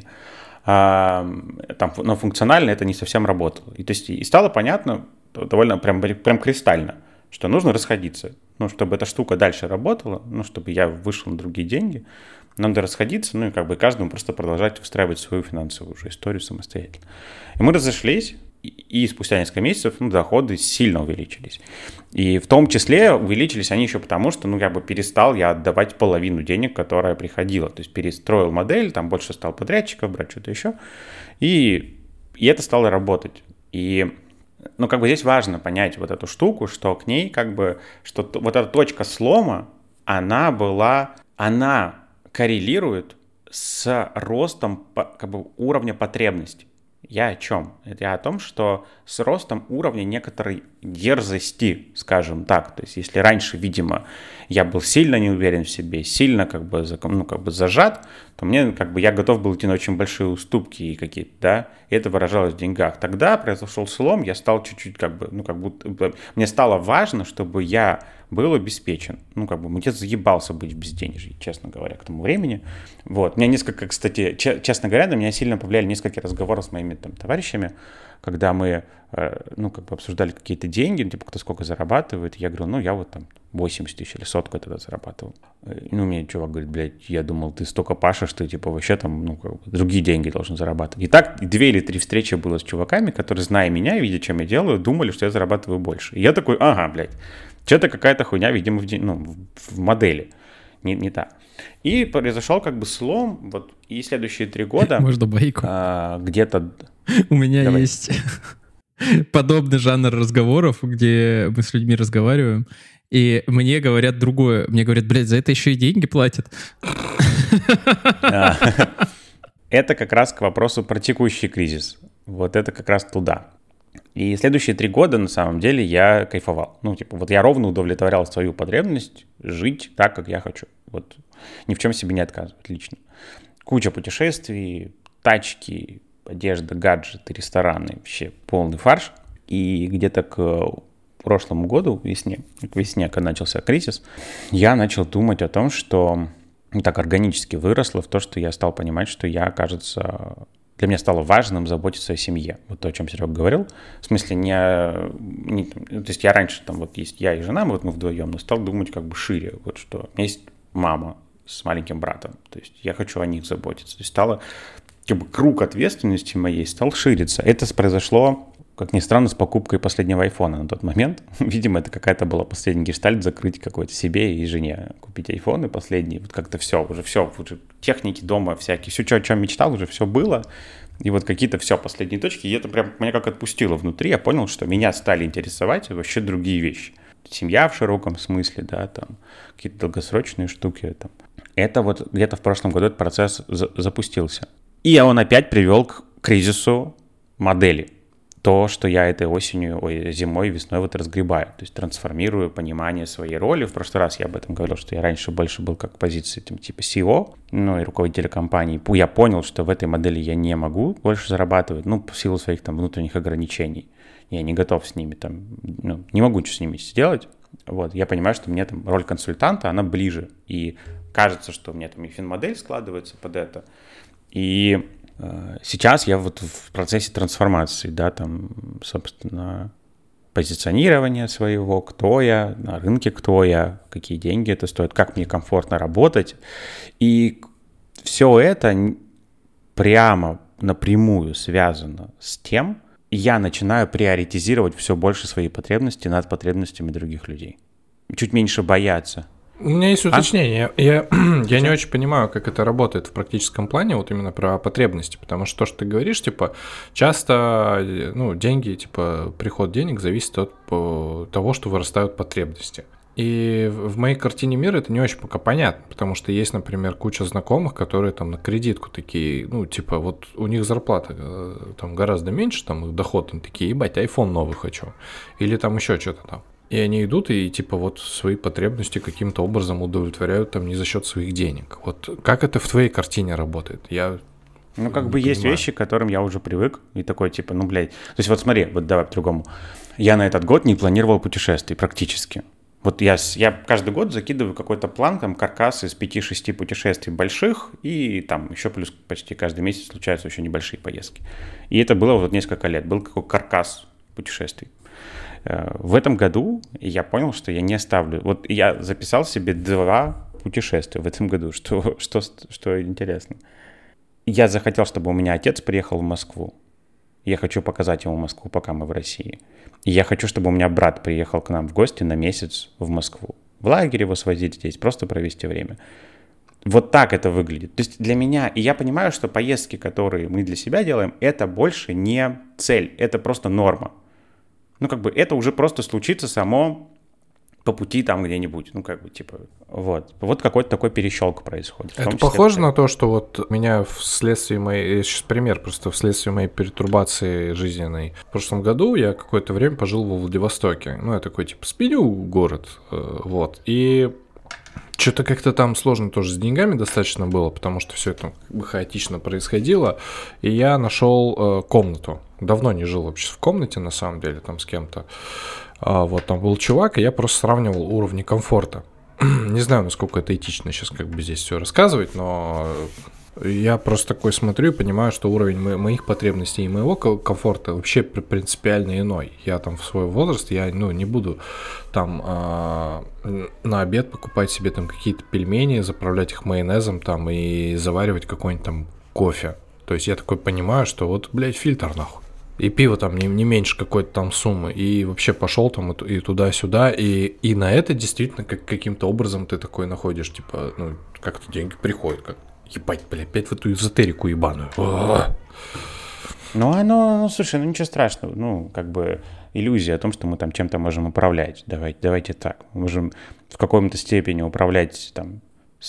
Но функционально это не совсем работало. И стало понятно, довольно прям кристально, что нужно расходиться. Чтобы эта штука дальше работала, чтобы я вышел на другие деньги, надо расходиться, и каждому просто продолжать выстраивать свою финансовую уже историю самостоятельно. И мы разошлись, и спустя несколько месяцев доходы сильно увеличились. И в том числе увеличились они еще потому, что перестал я отдавать половину денег, которая приходила. То есть перестроил модель, там больше стал подрядчиков брать, что-то еще. И это стало работать. И здесь важно понять вот эту штуку, что к ней что вот эта точка слома, она коррелирует с ростом уровня потребностей. Я о чем? Это я о том, что с ростом уровня некоторой дерзости, скажем так. То есть, если раньше, видимо, я был сильно не уверен в себе, сильно зажат, то мне я готов был идти на очень большие уступки и какие-то, да, и это выражалось в деньгах. Тогда произошел слом, я стал чуть-чуть мне стало важно, чтобы я был обеспечен. Мне заебался быть в безденежье, честно говоря, к тому времени. Вот. Меня несколько, кстати, честно говоря, на меня сильно повлияли несколько разговоров с моими там товарищами, когда мы, ну, как бы обсуждали какие-то деньги, ну, типа, кто сколько зарабатывает, я говорю, ну, я вот там 80 тысяч или 100 тогда зарабатывал. Ну, мне чувак говорит, блядь, я думал, ты столько пашешь, ты, типа, вообще там, ну, как бы другие деньги должен зарабатывать. И так 2 или 3 встречи было с чуваками, которые, зная меня и видя, чем я делаю, думали, что я зарабатываю больше. И я такой, ага, блядь, что-то какая-то хуйня, видимо, в модели. Не так. И произошел как бы слом, вот, и следующие 3 года... Можно байку? Где-то... У меня есть подобный жанр разговоров, где мы с людьми разговариваем, и мне говорят другое. Мне говорят, блядь, за это еще и деньги платят. Это как раз к вопросу про текущий кризис. Вот это как раз туда. И следующие 3 года, на самом деле, я кайфовал. Ну, типа, вот я ровно удовлетворял свою потребность жить так, как я хочу. Вот ни в чем себе не отказывать лично. Куча путешествий, тачки, одежда, гаджеты, рестораны, вообще полный фарш. И где-то к прошлому году, к весне, когда начался кризис, я начал думать о том, что так органически выросло в то, что я стал понимать, что я, кажется, для меня стало важным заботиться о семье. Вот то, о чем Серега говорил. В смысле, то есть я раньше, там вот есть я и жена, вот мы вдвоем, но стал думать как бы шире, вот что у меня есть мама с маленьким братом, то есть я хочу о них заботиться. То есть стало, как бы круг ответственности моей стал шириться. Это произошло, как ни странно, с покупкой последнего айфона на тот момент. Видимо, это какая-то была последний гештальт закрыть какой-то себе и жене. Купить айфоны последние, вот как-то все, уже техники дома всякие, все, о чем мечтал, уже все было. И вот какие-то все последние точки, и это прям меня как отпустило внутри. Я понял, что меня стали интересовать вообще другие вещи. Семья в широком смысле, да, там, какие-то долгосрочные штуки. Там. Это вот где-то в прошлом году этот процесс запустился. И он опять привел к кризису модели. То, что я этой зимой, весной вот разгребаю. То есть трансформирую понимание своей роли. В прошлый раз я об этом говорил, что я раньше больше был как в позиции типа CEO, ну и руководителя компании. Я понял, что в этой модели я не могу больше зарабатывать, ну, в силу своих там внутренних ограничений. Я не готов с ними там, ну, не могу ничего с ними сделать. Вот, я понимаю, что мне там роль консультанта, она ближе. И кажется, что у меня там и финмодель складывается под это. И сейчас я вот в процессе трансформации, да, там, собственно, позиционирования своего, кто я, на рынке кто я, какие деньги это стоит, как мне комфортно работать. И все это прямо напрямую связано с тем, я начинаю приоритизировать все больше свои потребности над потребностями других людей. Чуть меньше бояться. У меня есть уточнение. Я не очень понимаю, как это работает в практическом плане, вот именно про потребности, потому что то, что ты говоришь, типа, часто, ну, деньги, типа, приход денег зависит от того, что вырастают потребности. И в моей картине мира это не очень пока понятно, потому что есть, например, куча знакомых, которые там на кредитку такие, ну, типа, вот у них зарплата там гораздо меньше, там их доход, они такие, ебать, iPhone новый хочу, или там еще что-то там. И они идут и, типа, вот свои потребности каким-то образом удовлетворяют там не за счет своих денег. Вот как это в твоей картине работает? Я Ну, как бы есть вещи, к которым я уже привык, и такой, типа, ну, блядь. То есть вот смотри, вот давай по-другому. Я на этот год не планировал путешествий практически. Вот я каждый год закидываю какой-то план, там, каркас из 5-6 путешествий больших, и там еще плюс почти каждый месяц случаются еще небольшие поездки. И это было вот несколько лет, был какой каркас путешествий. В этом году я понял, что я не ставлю... Вот я записал себе 2 путешествия в этом году, что интересно. Я захотел, чтобы у меня отец приехал в Москву. Я хочу показать ему Москву, пока мы в России. И я хочу, чтобы у меня брат приехал к нам в гости на месяц в Москву. В лагерь его свозить здесь, просто провести время. Вот так это выглядит. То есть для меня... И я понимаю, что поездки, которые мы для себя делаем, это больше не цель, это просто норма. Ну, как бы это уже просто случится само по пути там где-нибудь. Ну, как бы, типа, вот. Вот какой-то такой перещелк происходит. Это похоже на то, что вот меня вследствие моей... Сейчас пример просто. Вследствие моей пертурбации жизненной. В прошлом году я какое-то время пожил во Владивостоке. Ну, я такой, типа, спиню город. Вот. И... Что-то как-то там сложно тоже с деньгами достаточно было, потому что все это как бы хаотично происходило. И я нашел комнату. Давно не жил вообще в комнате, на самом деле, там с кем-то. Вот там был чувак, и я просто сравнивал уровни комфорта. Не знаю, насколько это этично сейчас как бы здесь все рассказывать, но Я просто такой смотрю и понимаю, что уровень моих потребностей и моего комфорта вообще принципиально иной. Я там в свой возраст, я не буду там на обед покупать себе там какие-то пельмени, заправлять их майонезом там и заваривать какой-нибудь там кофе. То есть я такой понимаю, что вот, блядь, фильтр нахуй. И пиво там не меньше какой-то там суммы. И вообще пошел там и туда-сюда. И на это действительно каким-то образом ты такой находишь, типа, как-то деньги приходят. Как... Ебать, блядь, опять в эту эзотерику ебаную. Слушай, ничего страшного. Как бы иллюзия о том, что мы там чем-то можем управлять. Давайте так. Мы можем в какой-то степени управлять там,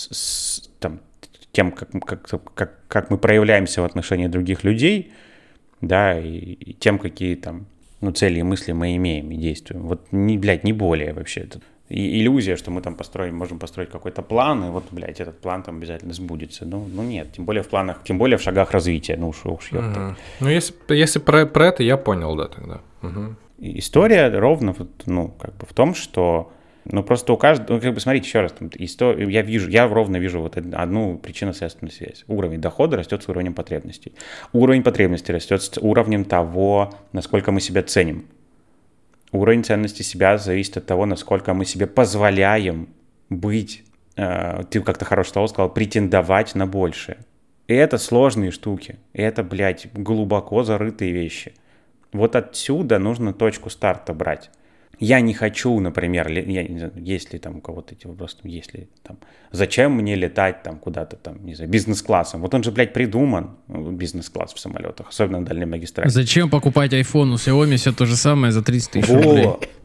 тем, как мы проявляемся в отношении других людей, да, и тем, какие там, цели и мысли мы имеем и действуем. Вот, не более вообще. И иллюзия, что мы там можем построить какой-то план, и вот, блядь, этот план там обязательно сбудется. Нет, тем более в планах, тем более в шагах развития. Уж ёпта. Если про это, я понял, да, тогда. Угу. История ровно, как бы в том, что просто у каждого, как бы, смотрите еще раз, я ровно вижу вот одну причинно-следственную связь. Уровень дохода растет с уровнем потребностей. Уровень потребностей растет с уровнем того, насколько мы себя ценим. Уровень ценности себя зависит от того, насколько мы себе позволяем быть, ты как-то хорошее слово сказал, претендовать на большее. И это сложные штуки. И это, блядь, глубоко зарытые вещи. Вот отсюда нужно точку старта брать. Я не хочу, например, я не знаю, есть ли там у кого-то эти вопросы, есть ли там, зачем мне летать там куда-то там, не знаю, бизнес-классом? Вот он же, блядь, придуман, бизнес-класс в самолетах, особенно на дальней магистрали. Зачем покупать iPhone? У Xiaomi все то же самое за 30 тысяч рублей.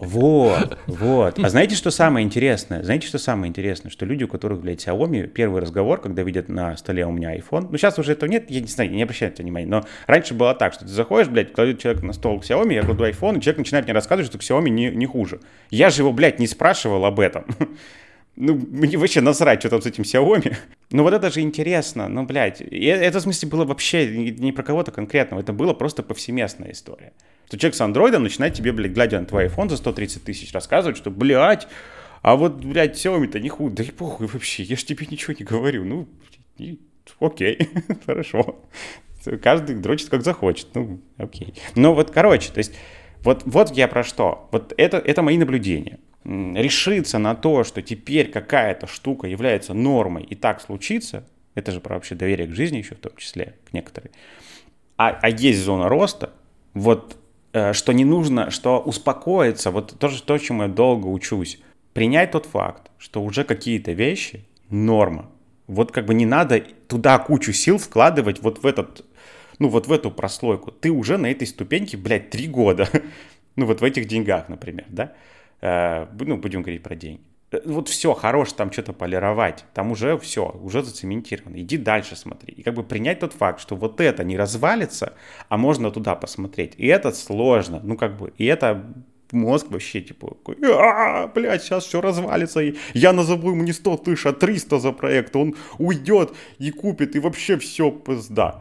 Вот. А знаете, что самое интересное? Что люди, у которых, блядь, Xiaomi, первый разговор, когда видят на столе у меня iPhone, сейчас уже этого нет, я не знаю, не обращаю на это внимания, но раньше было так, что ты заходишь, блядь, кладет человек на стол Xiaomi, я кладу iPhone, и человек начинает мне рассказывать, что Xiaomi не хуже. Я же его, блядь, не спрашивал об этом. Мне вообще насрать, что там с этим Xiaomi. Вот это же интересно, блядь. И это, в смысле, было вообще не про кого-то конкретного. Это была просто повсеместная история. Что человек с андроидом начинает тебе, блядь, глядя на твой iPhone за 130 тысяч, рассказывать, что, блядь, а вот, блядь, Xiaomi-то не хуже. Да и похуй вообще, я ж тебе ничего не говорю. Окей, хорошо. Каждый дрочит как захочет. Окей. То есть, вот я про что. Вот это мои наблюдения. Решиться на то, что теперь какая-то штука является нормой, и так случится, это же про вообще доверие к жизни еще в том числе, к некоторой. А есть зона роста, вот что не нужно, что успокоиться, вот то, чему я долго учусь, принять тот факт, что уже какие-то вещи норма. Вот как бы не надо туда кучу сил вкладывать вот в эту прослойку. Ты уже на этой ступеньке, блядь, 3 года. Вот в этих деньгах, например, да? Будем говорить про деньги. Вот все, хорош там что-то полировать. Там уже все, уже зацементировано. Иди дальше смотри. И как бы принять тот факт, что вот это не развалится, а можно туда посмотреть. И это сложно. И это мозг вообще типа, блядь, сейчас все развалится. И я назову ему не 100 тысяч, а 300 за проект. Он уйдет и купит, и вообще все пизда.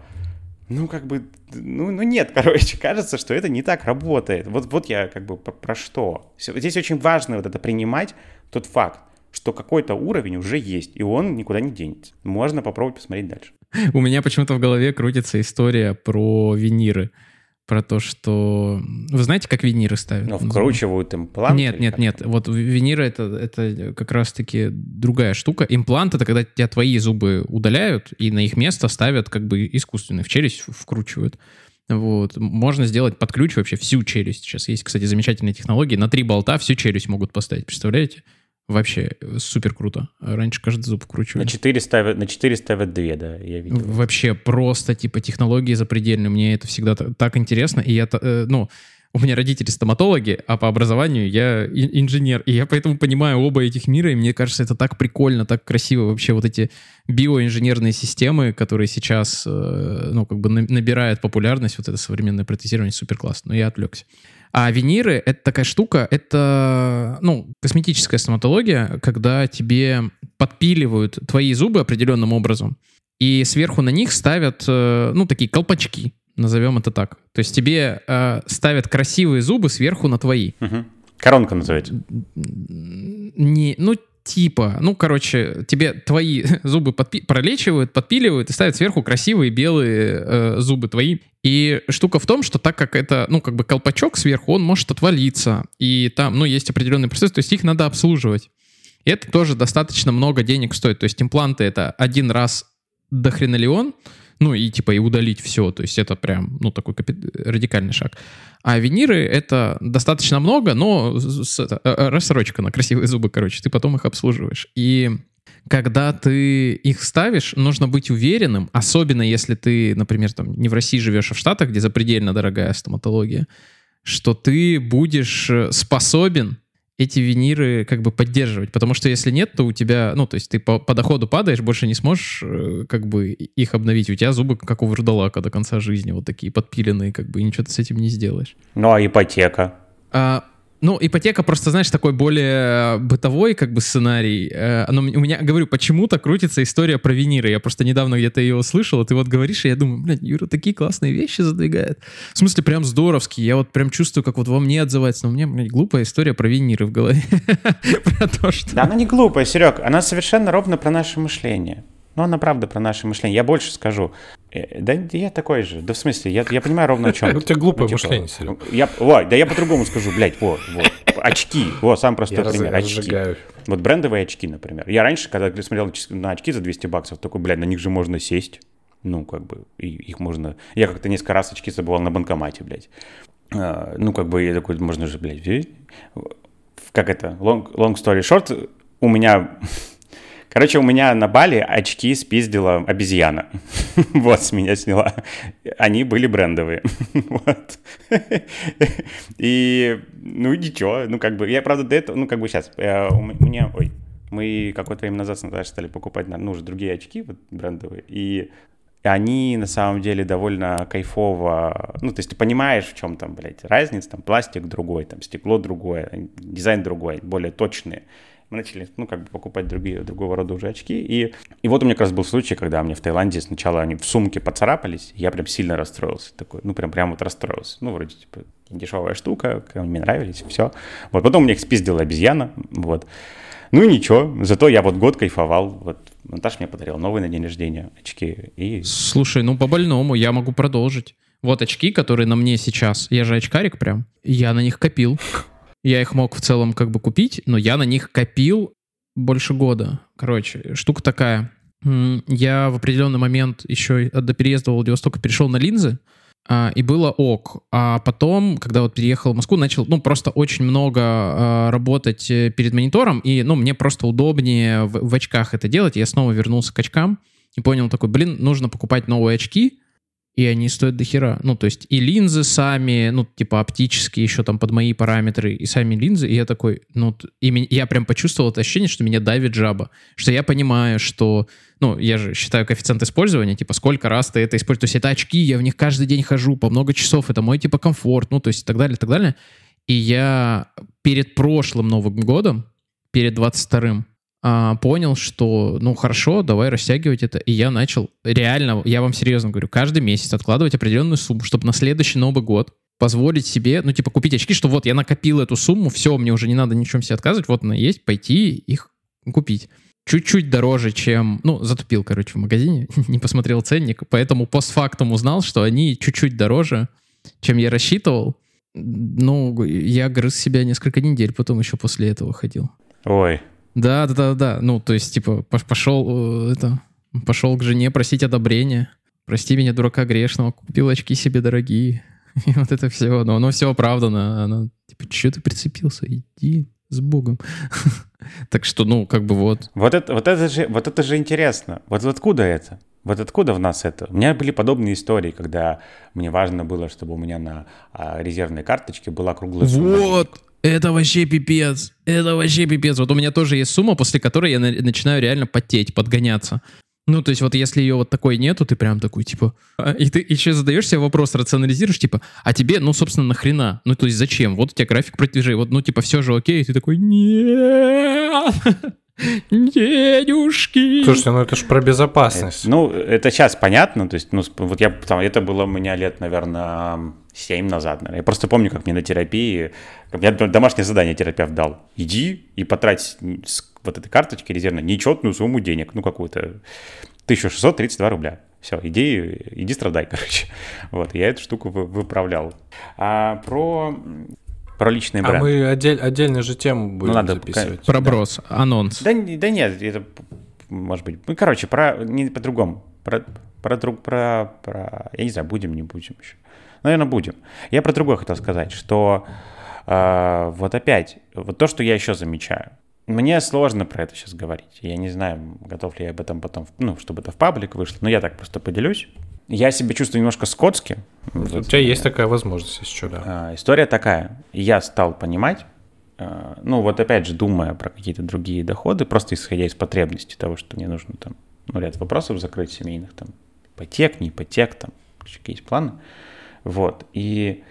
Нет, кажется, что это не так работает. Вот я как бы про что. Здесь очень важно вот это принимать тот факт, что какой-то уровень уже есть, и он никуда не денется. Можно попробовать посмотреть дальше. У меня почему-то в голове крутится история про виниры. Про то, что... Вы знаете, как виниры ставят? Вкручивают имплант? Нет. Вот виниры это как раз-таки другая штука. Имплант — это когда тебя твои зубы удаляют, и на их место ставят как бы искусственный, в челюсть вкручивают. Вот. Можно сделать под ключ вообще всю челюсть. Сейчас есть, кстати, замечательные технологии. На 3 болта всю челюсть могут поставить. Представляете? Вообще супер круто. Раньше каждый зуб вкручивали. На 4 ставят 2, да, я видел. Вообще просто типа технологии запредельные. Мне это всегда так интересно. И я, у меня родители стоматологи, а по образованию я инженер. И я поэтому понимаю оба этих мира. И мне кажется, это так прикольно, так красиво. Вообще вот эти биоинженерные системы, которые сейчас набирают популярность. Вот это современное протезирование супер классно. Но я отвлекся. А виниры — это такая штука, это, косметическая стоматология, когда тебе подпиливают твои зубы определенным образом, и сверху на них ставят, такие колпачки, назовем это так. То есть тебе ставят красивые зубы сверху на твои. Угу. Коронка называется. типа, ну, короче, тебе твои зубы пролечивают, подпиливают и ставят сверху красивые белые зубы твои. И штука в том, что так как это, ну, как бы колпачок сверху, он может отвалиться. И там, ну, есть определенный процесс, то есть их надо обслуживать. И это тоже достаточно много денег стоит. То есть импланты — это один раз дохренолеон, ну, и типа и удалить все. То есть это прям, ну, такой радикальный шаг. А виниры — это достаточно много, но рассрочка на красивые зубы, короче. Ты потом их обслуживаешь. И когда ты их ставишь, нужно быть уверенным, особенно если ты, например, там не в России живешь, а в Штатах, где запредельно дорогая стоматология, что ты будешь способен эти виниры как бы поддерживать. Потому что если нет, то у тебя, ну, то есть ты по доходу падаешь, больше не сможешь как бы их обновить. У тебя зубы как у вурдалака до конца жизни, вот такие подпиленные, как бы, и ничего ты с этим не сделаешь. Ну, а ипотека? Ну, ипотека просто, знаешь, такой более бытовой как бы сценарий. Но у меня, говорю, почему-то крутится история про виниры. Я просто недавно где-то ее услышал, а ты вот говоришь, и я думаю, блядь, Юра такие классные вещи задвигает. В смысле, прям здоровские. Я вот прям чувствую, как вот во мне отзывается. Но у меня, блядь, глупая история про виниры в голове. Про то, что... Да она не глупая, Серег. Она совершенно ровно про наше мышление. Ну, она правда про наше мышление. Я больше скажу. Да я такой же. Да в смысле, я понимаю ровно о чем. У тебя глупое мышление, Серег. Да я по-другому скажу, блядь, вот. Очки. Вот, самый простой пример. Очки. Вот брендовые очки, например. Я раньше, когда смотрел на очки за $200, такой, блядь, на них же можно сесть. Ну, как бы, их можно... Я как-то несколько раз очки забывал на банкомате, блядь. Ну, как бы, я такой, можно же, блядь... Как это? Long story short, у меня... Короче, у меня на Бали очки спиздила обезьяна. Вот, с меня сняла. Они были брендовые. Вот. И, ну, ничего. Ну, как бы, я, правда, до этого, ну, как бы сейчас, мы какое-то время назад с Наташей стали покупать, ну, уже другие очки, вот, брендовые, и они, на самом деле, довольно кайфово, ну, то есть ты понимаешь, в чем там, блядь, разница, там, пластик другой, там, стекло другое, дизайн другой, более точные. Мы начали, ну, как бы покупать другого рода уже очки. И вот у меня как раз был случай, когда мне в Таиланде сначала они в сумке поцарапались, я прям сильно расстроился. Такой, ну, прям вот расстроился. Ну, вроде, типа, дешевая штука, мне нравились, все. Вот, потом мне их спиздила обезьяна, вот. Ну и ничего, зато я вот год кайфовал. Вот Наташа мне подарила новые на день рождения очки. И... Слушай, ну, по-больному я могу продолжить. Вот очки, которые на мне сейчас, я же очкарик прям, я на них копил. Я их мог в целом как бы купить, но я на них копил больше года. Короче, штука такая. Я в определенный момент еще до переезда в Владивосток перешел на линзы, и было ок. А потом, когда вот переехал в Москву, начал, ну, просто очень много работать перед монитором, и, ну, мне просто удобнее в очках это делать. Я снова вернулся к очкам и понял такой, блин, нужно покупать новые очки, и они стоят дохера. Ну, то есть и линзы сами, ну, типа оптические еще там под мои параметры, и сами линзы. И я такой, ну, я прям почувствовал это ощущение, что меня давит жаба. Что я понимаю, что, ну, я же считаю коэффициент использования, типа, сколько раз ты это используешь. То есть это очки, я в них каждый день хожу по много часов, это мой, типа, комфорт, ну, то есть и так далее, и так далее. И я перед прошлым Новым годом, перед 22-м, понял, что, ну, хорошо, давай растягивать это. И я начал реально, я вам серьезно говорю, каждый месяц откладывать определенную сумму, чтобы на следующий Новый год позволить себе, ну, типа, купить очки, что вот я накопил эту сумму, все, мне уже не надо ни в чем себе отказывать, вот она есть, пойти их купить. Чуть-чуть дороже, чем... Ну, затупил, короче, в магазине, не посмотрел ценник, поэтому постфактум узнал, что они чуть-чуть дороже, чем я рассчитывал. Ну, я грыз себя несколько недель, потом еще после этого ходил. Ой. Да. Ну, то есть, типа, пошел к жене просить одобрения. Прости меня, дурака грешного, купил очки себе дорогие. И вот это все. Но оно все оправдано. Она, типа, что ты прицепился? Иди с Богом. Так что, ну, как бы вот. Вот это же интересно. Вот откуда это? Вот откуда в нас это? У меня были подобные истории, когда мне важно было, чтобы у меня на резервной карточке была круглая сумма. Вот! Это вообще пипец. Вот у меня тоже есть сумма, после которой я начинаю реально потеть, подгоняться. Ну, то есть вот если ее вот такой нету, ты прям такой, типа... И ты еще задаешь себе вопрос, рационализируешь, типа, а тебе, ну, собственно, нахрена? Ну, то есть зачем? Вот у тебя график продвижения, вот, ну, типа, все же окей, и ты такой, нет, денежки. Слушайте, ну это же про безопасность. Ну, это сейчас понятно, то есть, ну, вот это было у меня лет, наверное, 7 назад, наверное. Я просто помню, как мне на терапии, как мне домашнее задание терапевт дал. Иди и потрать с вот этой карточки резервной нечетную сумму денег, ну, какую-то 1632 рубля. Все, иди страдай, короче. Вот, я эту штуку выправлял. А про личный бренд. А мы отдельную же тему будем записывать. Проброс, анонс. Да нет, это может быть... Ну, короче, не по-другому. Я не знаю, будем, не будем еще. Наверное, будем. Я про другое хотел сказать, что вот опять, вот то, что я еще замечаю. Мне сложно про это сейчас говорить. Я не знаю, готов ли я об этом потом, чтобы это в паблик вышло, но я так просто поделюсь. Я себя чувствую немножко скотски. У тебя есть такая возможность, если что, да. История такая. Я стал понимать, вот опять же, думая про какие-то другие доходы, просто исходя из потребностей того, что мне нужно там, ряд вопросов закрыть семейных, там, ипотек, не ипотек, там, какие есть планы. Вот. И,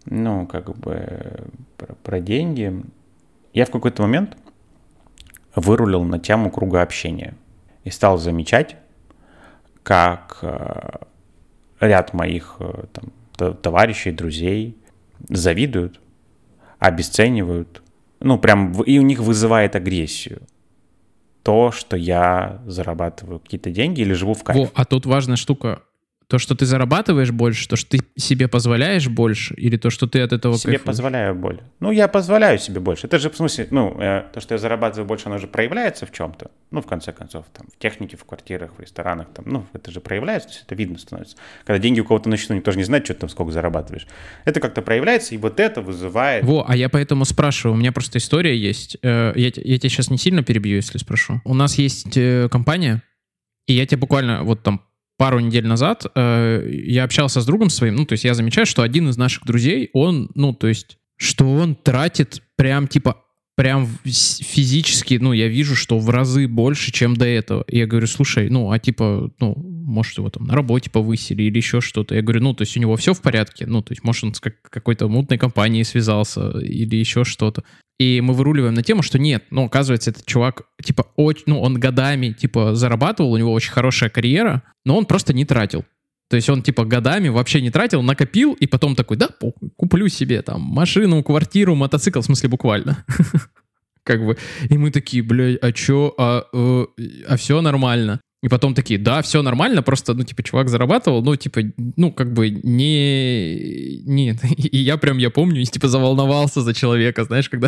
про деньги. Я в какой-то момент вырулил на тему круга общения и стал замечать, как ряд моих товарищей, друзей завидуют, обесценивают, и у них вызывает агрессию то, что я зарабатываю какие-то деньги или живу в кайф. А тут важная штука. То, что ты зарабатываешь больше, то, что ты себе позволяешь больше, или то, что ты от этого себе кайфуешь? Позволяю больше. Я позволяю себе больше. Это же, в смысле, то, что я зарабатываю больше, оно же проявляется в чем-то. В конце концов, там, в технике, в квартирах, в ресторанах, там, это же проявляется, то есть это видно становится. Когда деньги у кого-то на счету, никто же не знает, что ты там сколько зарабатываешь. Это как-то проявляется, и вот это вызывает... А я поэтому спрашиваю. У меня просто история есть. Я тебя сейчас не сильно перебью, если спрошу. У нас есть компания, и я тебе буквально пару недель назад я общался с другом своим, то есть я замечаю, что один из наших друзей, он, что он тратит прям физически, я вижу, что в разы больше, чем до этого. И я говорю, слушай, может, его там на работе повысили или еще что-то. Я говорю, то есть у него все в порядке? То есть, может, он с какой-то мутной компанией связался или еще что-то. И мы выруливаем на тему, что нет, оказывается, этот чувак, он годами, зарабатывал, у него очень хорошая карьера, но он просто не тратил. То есть он, годами вообще не тратил, накопил, и потом такой, да, куплю себе там машину, квартиру, мотоцикл, в смысле буквально. И мы такие, блядь, а чё, а все нормально. И потом такие, да, все нормально, просто, чувак зарабатывал, не... И я помню, заволновался за человека, знаешь, когда...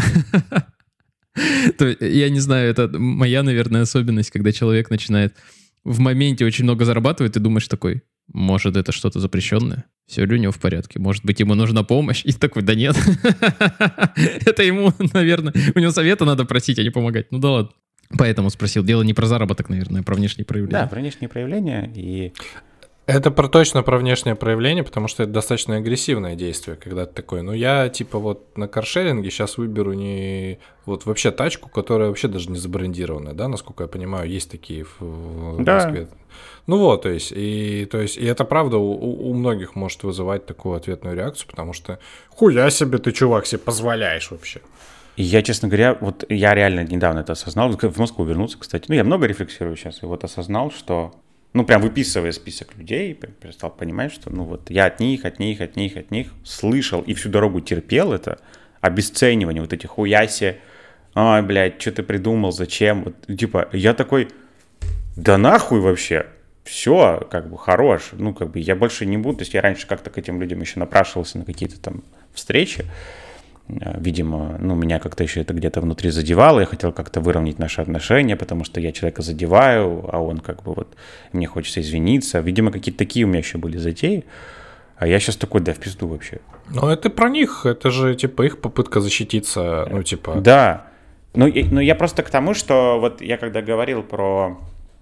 Я не знаю, это моя, наверное, особенность, когда человек начинает в моменте очень много зарабатывать, ты думаешь такой, может, это что-то запрещенное? Все ли у него в порядке? Может быть, ему нужна помощь? И такой, да нет. Это ему, наверное, у него совета надо просить, а не помогать. Да ладно. Поэтому спросил. Дело не про заработок, наверное, а про внешние проявления. Да, про внешние проявления и... Это точно про внешнее проявление, потому что это достаточно агрессивное действие, когда ты такой, я на каршеринге сейчас выберу не вообще тачку, которая вообще даже не забрендированная, да, насколько я понимаю, есть такие в Москве. То есть и это правда у многих может вызывать такую ответную реакцию, потому что хуя себе ты, чувак, себе позволяешь вообще. И я, честно говоря, я реально недавно это осознал, в Москву вернулся, кстати, я много рефлексирую сейчас, и осознал, что прям выписывая список людей, перестал понимать, что, я от них слышал и всю дорогу терпел это обесценивание, эти хуяси, ой, блядь, что ты придумал, зачем, я такой, да нахуй вообще, все, хорош, я больше не буду, то есть я раньше как-то к этим людям еще напрашивался на какие-то там встречи, видимо, меня как-то еще это где-то внутри задевало, я хотел как-то выровнять наши отношения, потому что я человека задеваю, а он мне хочется извиниться, видимо, какие-то такие у меня еще были затеи, а я сейчас такой, да в пизду вообще. Это про них, это же, их попытка защититься, Да, но я просто к тому, что я когда говорил про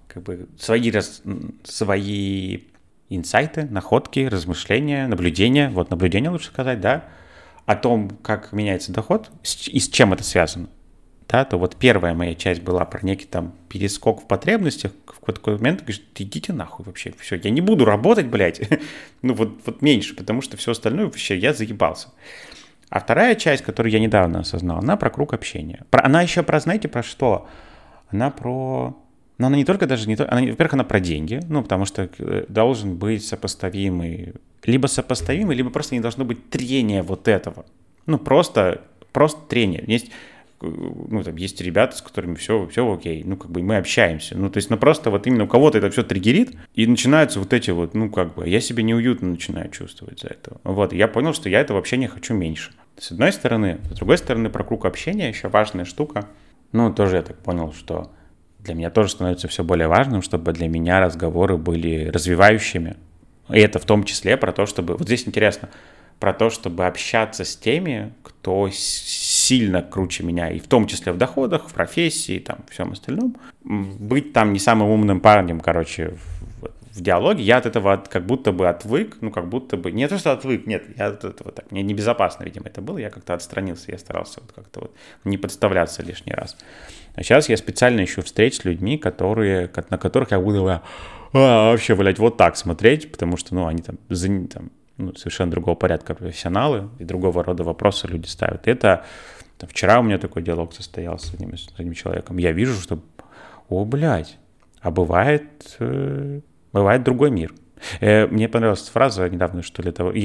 свои инсайты, находки, размышления, наблюдения, наблюдения лучше сказать, да, о том, как меняется доход и с чем это связано, да, то первая моя часть была про некий там перескок в потребностях, в какой-то момент ты говоришь, идите нахуй вообще, все, я не буду работать, блядь, меньше, потому что все остальное вообще я заебался. А вторая часть, которую я недавно осознал, она про круг общения. Она еще знаете, про что? Она про Но она не только даже, во-первых, она про деньги, ну, потому что должен быть сопоставимый, либо просто не должно быть трения вот этого. Ну, просто трение. Есть ребята, с которыми все окей, ну, как бы мы общаемся. Ну, то есть, просто вот именно у кого-то это все триггерит, и начинаются вот эти вот, ну, как бы, я себя неуютно начинаю чувствовать из-за этого. Вот, и я понял, что я этого общения хочу меньше. С одной стороны. С другой стороны, про круг общения еще важная штука. Ну, тоже я так понял, что для меня тоже становится все более важным, чтобы для меня разговоры были развивающими. И это в том числе про то, чтобы... Вот здесь интересно, про то, чтобы общаться с теми, кто сильно круче меня, и в том числе в доходах, в профессии, там, всем остальном. Быть там не самым умным парнем, короче, в диалоге. Я от этого как будто бы отвык, ну, как будто бы... Не то, что отвык, нет, я от этого так... Мне небезопасно, видимо, это было. Я как-то отстранился, я старался вот как-то вот не подставляться лишний раз. А сейчас я специально ищу встреч с людьми, на которых я буду вообще, блядь, вот так смотреть, потому что, ну, они там совершенно другого порядка профессионалы, и другого рода вопросы люди ставят. И это... Вчера у меня такой диалог состоялся с одним человеком. Я вижу, что... Блядь, а бывает другой мир. Мне понравилась фраза недавно, что для того...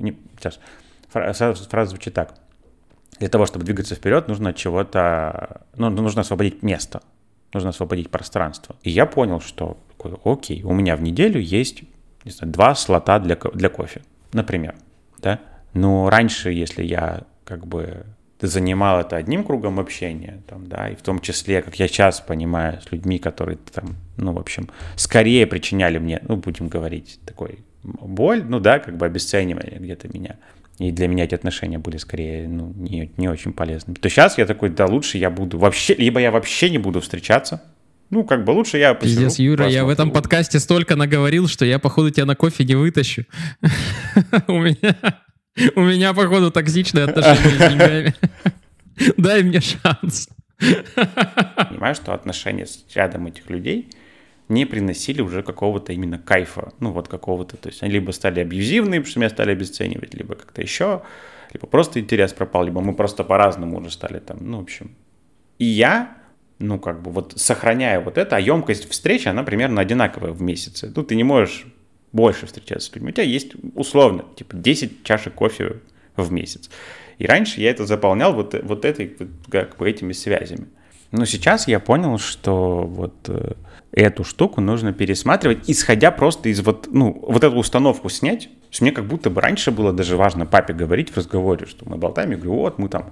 Фраза звучит так. Для того, чтобы двигаться вперед, нужно от чего-то... нужно освободить место. Нужно освободить пространство. И я понял, что... Окей, у меня в неделю есть, не знаю, 2 слота для кофе. Например. Да? Но раньше, если я как бы... занимал это одним кругом общения, там, да, и в том числе, как я сейчас понимаю, с людьми, которые там, ну, в общем, скорее причиняли мне, ну, будем говорить, такой боль, ну, да, как бы обесценивание где-то меня. И для меня эти отношения были скорее, ну, не очень полезными. То сейчас я такой, да, лучше я буду вообще, либо я вообще не буду встречаться, ну, как бы лучше я посижу. Пиздец, Юра, я в этом подкасте столько наговорил, что я, походу, тебя на кофе не вытащу. У меня, походу, токсичные отношения с деньгами. Дай мне шанс. Понимаю, что отношения с рядом этих людей не приносили уже какого-то именно кайфа. Ну, вот какого-то. То есть они либо стали абьюзивными, потому что меня стали обесценивать, либо как-то еще, либо просто интерес пропал, либо мы просто по-разному уже стали там, ну, в общем. И я, ну, как бы вот сохраняя вот это, а емкость встречи, она примерно одинаковая в месяце. Ну, ты не можешь больше встречаться с людьми. У тебя есть условно, типа, 10 чашек кофе в месяц. И раньше я это заполнял вот этой, как бы этими связями. Но сейчас я понял, что вот эту штуку нужно пересматривать, исходя просто из вот эту установку снять. То есть мне как будто бы раньше было даже важно папе говорить в разговоре, что мы болтаем, я говорю, вот мы там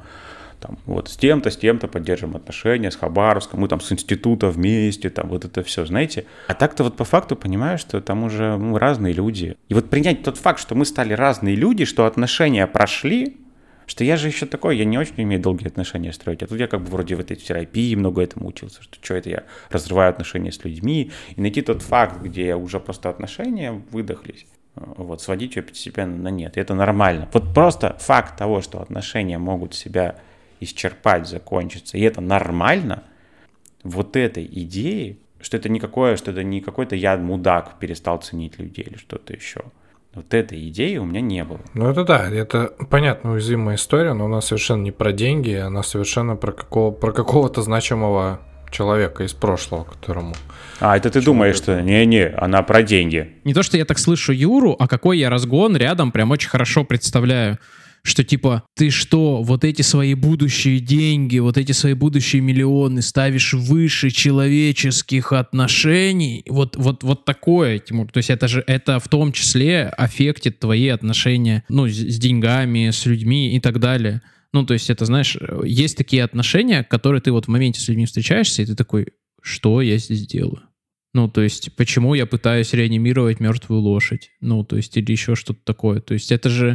вот с тем-то поддерживаем отношения, с Хабаровском, мы там с института вместе, там вот это все, знаете. А так-то вот по факту понимаю, что там уже разные люди. И вот принять тот факт, что мы стали разные люди, что отношения прошли, что я же еще такой, я не очень умею долгие отношения строить. А тут я как бы вроде в этой терапии много этому учился, что это я разрываю отношения с людьми. И найти тот факт, где уже просто отношения выдохлись, вот, сводить ее постепенно на нет. И это нормально. Вот просто факт того, что отношения могут себя исчерпать, закончиться, и это нормально, вот этой идеи, что это не какой-то я мудак перестал ценить людей или что-то еще. Вот этой идеи у меня не было. Ну это да, это понятно, уязвимая история, но она совершенно не про деньги, она совершенно про какого-то значимого человека из прошлого, которому... это ты думаешь, что она про деньги. Не то, что я так слышу Юру, а какой я разгон рядом прям очень хорошо представляю. Что типа, ты что, вот эти свои будущие деньги, вот эти свои будущие миллионы ставишь выше человеческих отношений? Вот такое, Тимур. То есть это в том числе аффектит твои отношения, ну, с деньгами, с людьми и так далее. Ну, то есть это, знаешь, есть такие отношения, которые ты вот в моменте с людьми встречаешься, и ты такой, что я здесь делаю? Ну, то есть, почему я пытаюсь реанимировать мертвую лошадь? Ну, то есть, или еще что-то такое. То есть, это же...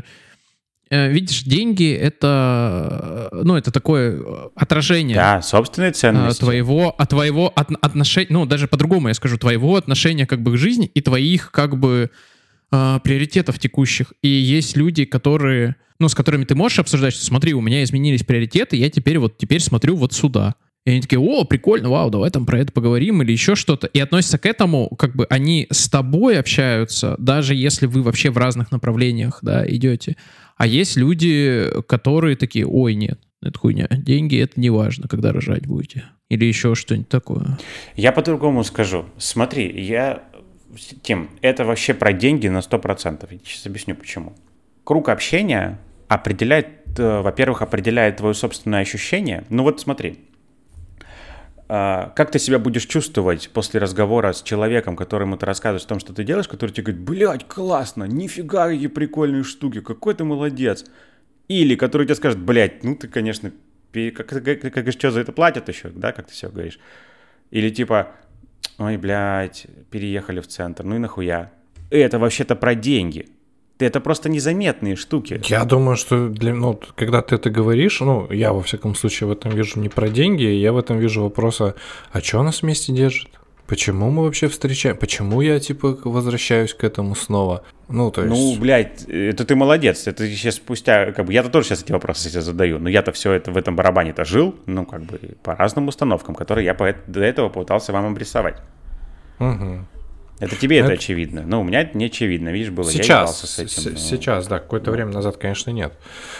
Видишь, деньги — это такое отражение. Да, собственной ценности. Твоего отношения, ну, даже по-другому я скажу, твоего отношения как бы к жизни и твоих как бы приоритетов текущих. И есть люди, которые, с которыми ты можешь обсуждать, что смотри, у меня изменились приоритеты, я теперь смотрю вот сюда. И они такие, прикольно, вау, давай там про это поговорим или еще что-то. И относятся к этому, как бы они с тобой общаются, даже если вы вообще в разных направлениях, да, идете. А есть люди, которые такие, нет, Это хуйня. Деньги — это не важно, когда рожать будете. Или еще что-нибудь такое. Я по-другому скажу. Смотри, Тим, это вообще про деньги на 100%. Я сейчас объясню, почему. Круг общения во-первых, определяет твое собственное ощущение. Ну вот смотри. Как ты себя будешь чувствовать после разговора с человеком, которому ты рассказываешь о том, что ты делаешь, который тебе говорит: блядь, классно, нифига какие прикольные штуки, какой ты молодец. Или который тебе скажет: блядь, ну ты, конечно, как что за это платят еще, да, как ты себе говоришь. Или типа: ой, блядь, переехали в центр, ну и нахуя. Это вообще-то про деньги. Это просто незаметные штуки. Я думаю, что когда ты это говоришь, я во всяком случае в этом вижу не про деньги, я в этом вижу вопрос: а что нас вместе держит? Почему мы вообще встречаем? Почему я, возвращаюсь к этому снова? Блядь, это ты молодец. Это сейчас спустя, я-то тоже сейчас эти вопросы себе задаю, но я-то все это в этом барабане-то жил, по разным установкам, которые я до этого пытался вам обрисовать. Угу. Это тебе это очевидно, но у меня это не очевидно, видишь, было. Сейчас, я ебался с этим. Сейчас, да, какое-то время назад, конечно, нет.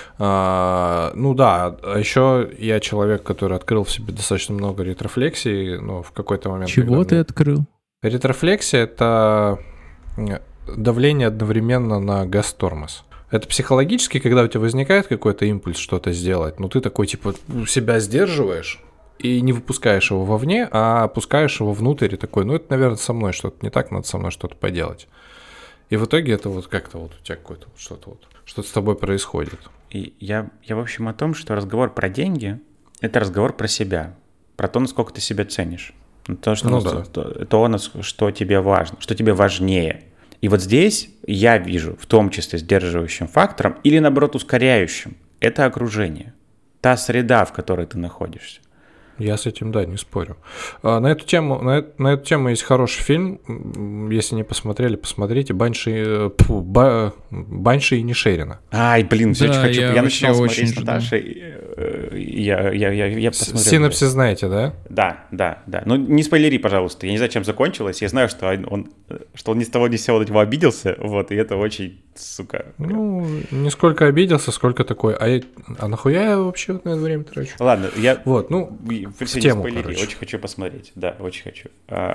А еще я человек, который открыл в себе достаточно много ретрофлексий, в какой-то момент. Чего ты открыл? Ретрофлексия — это давление одновременно на газ-тормоз. Это психологически, когда у тебя возникает какой-то импульс что-то сделать, ты такой, себя сдерживаешь и не выпускаешь его вовне, а опускаешь его внутрь и такой: это, наверное, со мной что-то не так, надо со мной что-то поделать. И в итоге это как-то у тебя какое-то что-то с тобой происходит. И я, в общем, о том, что разговор про деньги – это разговор про себя, про то, насколько ты себя ценишь. То, что тебе важно, что тебе важнее. И вот здесь я вижу, в том числе сдерживающим фактором или, наоборот, ускоряющим, это окружение, та среда, в которой ты находишься. Я с этим, да, не спорю. На эту тему есть хороший фильм. Если не посмотрели, посмотрите. Банши и Нишерина. Ай, блин, все, да, хочу. Я начинал смотреть с Наташей. Я посмотрел. Синопсис знаете, да? Да. Ну, не спойлери, пожалуйста. Я не знаю, чем закончилось. Я знаю, что он ни с того ни с сего от него обиделся. Вот, и это очень, сука. Не сколько обиделся, сколько такой: а нахуя я вообще на это время трачу? Ладно, в тему, короче. Очень хочу посмотреть. Да, очень хочу.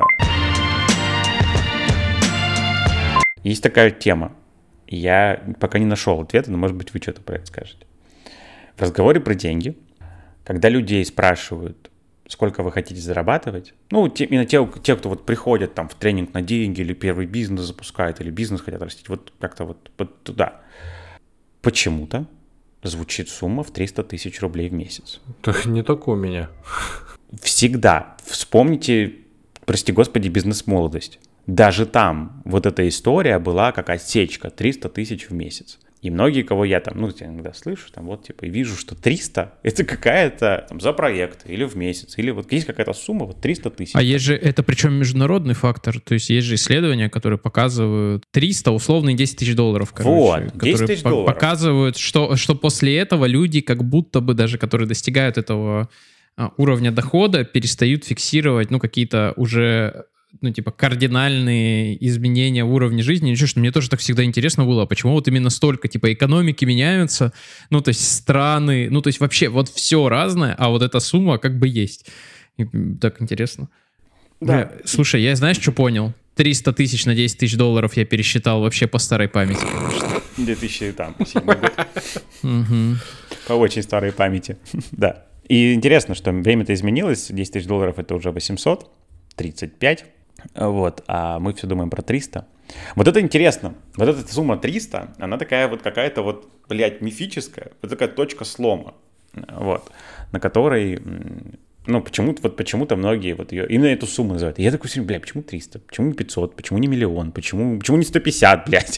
Есть такая тема. Я пока не нашел ответа, но, может быть, вы что-то про это скажете. В разговоре про деньги, когда людей спрашивают, сколько вы хотите зарабатывать, именно те, кто приходят в тренинг на деньги, или первый бизнес запускают, или бизнес хотят растить, как-то туда. Почему-то звучит сумма в 300 тысяч рублей в месяц. Так не только у меня. Всегда. Вспомните, прости господи, бизнес-молодость. Даже там эта история была как отсечка, 300 тысяч в месяц. И многие, кого я иногда слышу, и вижу, что 300 – это какая-то за проект или в месяц, или есть какая-то сумма, 300 тысяч. А есть же, это причем международный фактор, то есть есть же исследования, которые показывают 300, условно, 10 тысяч долларов, короче. 10 тысяч долларов. Показывают, что после этого люди, как будто бы даже, которые достигают этого уровня дохода, перестают фиксировать, какие-то уже... кардинальные изменения в уровне жизни. Ничего, что мне тоже так всегда интересно было, почему именно столько, экономики меняются, то есть страны, то есть вообще все разное, а эта сумма как бы есть. И так интересно. Да. Слушай, я знаешь, что понял? 300 тысяч на 10 тысяч долларов я пересчитал вообще по старой памяти, конечно. 2007 год. По очень старой памяти, да. И интересно, что время-то изменилось, 10 тысяч долларов это уже 835. А мы все думаем про 300. Это интересно. Эта сумма 300, она такая какая-то мифическая, такая точка слома, на которой, почему-то многие ее именно эту сумму называют. И я такой: почему 300? Почему не 500? Почему не миллион? Почему не 150, блядь?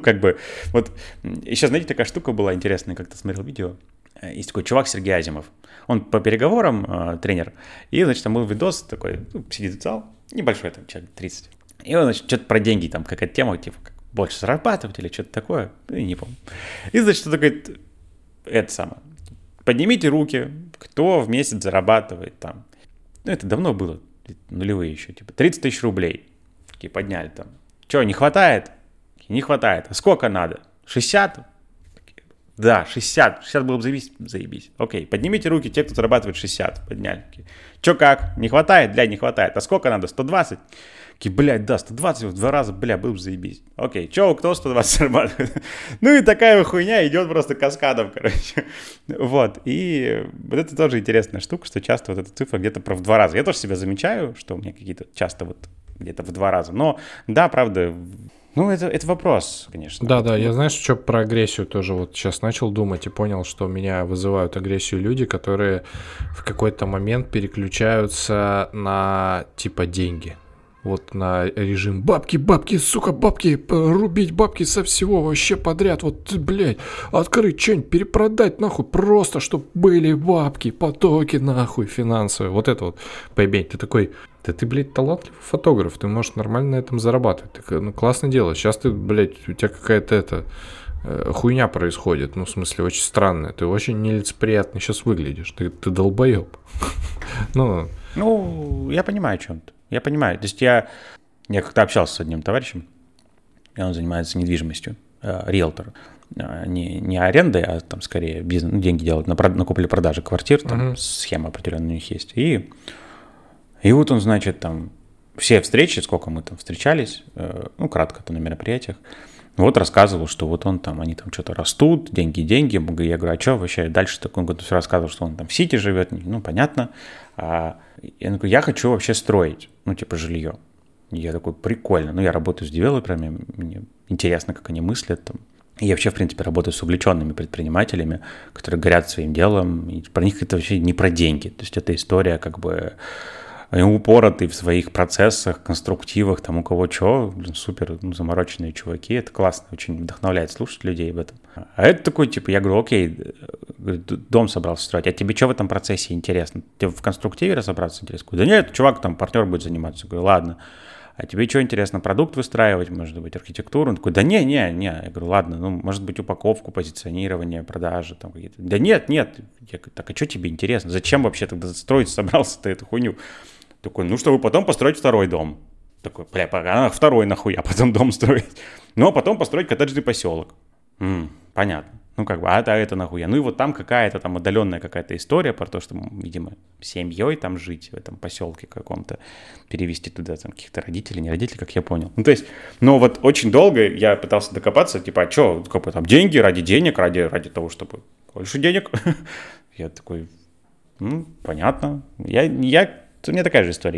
Еще, знаете, такая штука была интересная, как-то смотрел видео. Есть такой чувак Сергей Азимов. Он по переговорам тренер. И, там был видос такой, сидит зал, небольшой, человек 30. И он, что-то про деньги, какая-то тема, как больше зарабатывать или что-то такое. Не помню. И, что такое, это самое. Поднимите руки, кто в месяц зарабатывает это давно было, нулевые еще, 30 тысяч рублей. Такие подняли Что, не хватает? Не хватает. А сколько надо? 60? Да, 60. 60 было бы заебись. Окей, поднимите руки, те, кто зарабатывает 60. Подняли. Чё как? Не хватает? Блядь, не хватает. А сколько надо? 120? Блядь, да, 120 в 2 раза, бля, был бы заебись. Окей, чё, кто 120 зарабатывает? Ну и такая хуйня идет просто каскадом, короче. Вот, и вот это тоже интересная штука, что часто вот эта цифра где-то в 2 раза. Я тоже себя замечаю, что у меня какие-то часто вот где-то в 2 раза. Но да, правда, ну это вопрос, конечно. Да, я знаешь, что про агрессию тоже вот сейчас начал думать и понял, что меня вызывают агрессию люди, которые в какой-то момент переключаются на типа деньги. Вот на режим бабки, сука, бабки, рубить бабки со всего вообще подряд. Вот, блядь, открыть что-нибудь, перепродать нахуй, просто, чтобы были бабки, потоки нахуй финансовые. Вот это вот, поебень, ты такой, да ты, блядь, талантливый фотограф, ты можешь нормально на этом зарабатывать. Ты, ну, классно дело. Сейчас ты, блядь, у тебя какая-то хуйня происходит, ну, в смысле, очень странная. Ты очень нелицеприятно сейчас выглядишь, ты долбоеб. Ну, я понимаю о чем-то. Я понимаю. То есть я как-то общался с одним товарищем, и он занимается недвижимостью, риэлтор. Не арендой, а там скорее бизнес, деньги делают на купле-продаже квартир, там схема определенная у них есть. И вот он, значит, там все встречи, сколько мы там встречались, ну, кратко-то на мероприятиях, вот рассказывал, что вот он там, они там что-то растут, деньги. Я говорю, а что вообще дальше? Он все рассказывал, что он там в Сити живет, ну, понятно. Я говорю, я хочу вообще строить, ну, типа, жилье. И я такой, прикольно. Ну, я работаю с девелоперами, мне интересно, как они мыслят там. И я вообще, в принципе, работаю с увлеченными предпринимателями, которые горят своим делом. И про них это вообще не про деньги. То есть это история как бы упоротый в своих процессах, конструктивах, там у кого что, блин, супер, ну, замороченные чуваки, это классно, очень вдохновляет слушать людей об этом. А это такой, типа, я говорю, окей, дом собрался строить, а тебе что в этом процессе интересно? Тебе в конструктиве разобраться интересно? Да нет, чувак, там партнер будет заниматься. Я говорю, ладно. А тебе что интересно, продукт выстраивать, может быть, архитектуру? Он такой, да не. Я говорю, ладно, ну, может быть, упаковку, позиционирование, продажи там какие-то. Да нет. Я говорю, так, а что тебе интересно? Зачем вообще тогда строить собрался-то эту хуйню? Такой, ну, чтобы потом построить второй дом. Такой, бля, второй нахуя, потом дом строить. Ну, а потом построить коттеджный поселок. Понятно. Ну, как бы, а это нахуя? Ну, и вот там какая-то там отдаленная какая-то история про то, что, видимо, семьей там жить в этом поселке каком-то, перевести туда там каких-то родителей, не родителей, как я понял. Ну, то есть, но вот очень долго я пытался докопаться, типа, а что, как бы там деньги ради денег, ради того, чтобы больше денег. Я такой, понятно. У меня такая же история.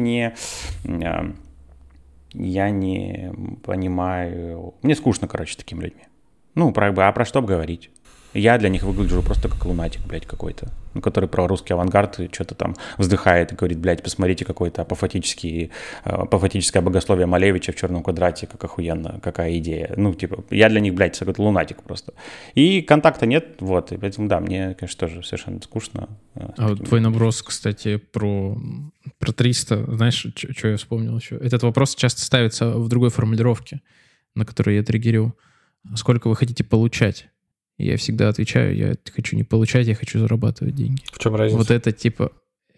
Я не понимаю. Мне скучно, короче, с такими людьми. Ну, про что бы говорить? Я для них выгляжу просто как лунатик, блядь, какой-то. Ну, который про русский авангард что-то там вздыхает и говорит, блядь, посмотрите, какое-то апофатическое богословие Малевича в «Черном квадрате», как охуенно, какая идея. Ну, типа, я для них, блядь, какой-то лунатик просто. И контакта нет, вот, и поэтому, да, мне, конечно, тоже совершенно скучно. А вот твой наброс, кстати, про 300, знаешь, что я вспомнил еще? Этот вопрос часто ставится в другой формулировке, на которую я триггерю. Сколько вы хотите получать? Я всегда отвечаю, я хочу не получать, я хочу зарабатывать деньги. В чем разница? Вот это типа,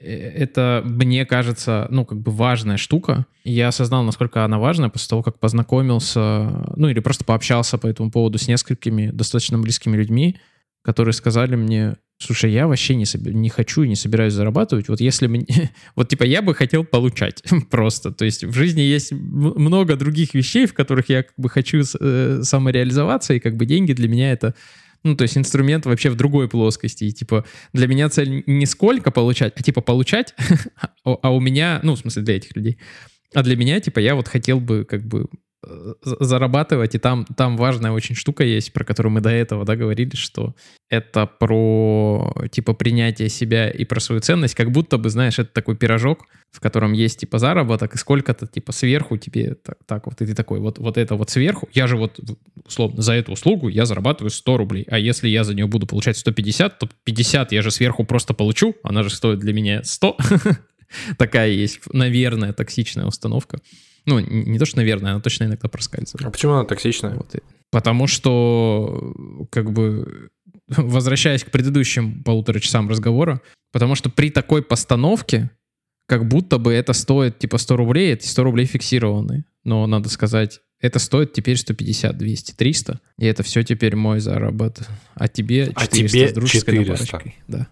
это мне кажется, ну, как бы важная штука. Я осознал, насколько она важна после того, как познакомился, ну, или просто пообщался по этому поводу с несколькими достаточно близкими людьми, которые сказали мне, слушай, я вообще не хочу и не собираюсь зарабатывать. Вот если мне... Вот типа я бы хотел получать просто. То есть в жизни есть много других вещей, в которых я как бы хочу самореализоваться, и как бы деньги для меня это... Ну, то есть инструмент вообще в другой плоскости. И, типа, для меня цель не сколько получать, а, типа, получать. А у меня, ну, в смысле, для этих людей. А для меня, типа, я вот хотел бы, как бы, зарабатывать, и там важная очень штука есть, про которую мы до этого, да, говорили, что это про, типа, принятие себя и про свою ценность, как будто бы, знаешь, это такой пирожок, в котором есть, типа, заработок, и сколько-то, типа, сверху тебе так вот, и ты такой, вот это вот сверху, я же вот, условно, за эту услугу я зарабатываю 100 рублей, а если я за нее буду получать 150, то 50 я же сверху просто получу, она же стоит для меня 100. Такая есть, наверное, токсичная установка. Ну, не то, что, наверное, она точно иногда проскальзывает. А почему она токсичная? Вот. Потому что, как бы, возвращаясь к предыдущим 1,5 часам разговора, потому что при такой постановке, как будто бы это стоит, типа, 100 рублей, эти 100 рублей фиксированы. Но, надо сказать, это стоит теперь 150, 200, 300, и это все теперь мой заработок. А тебе 400 тебе с дружеской 400. напарочкой. Да.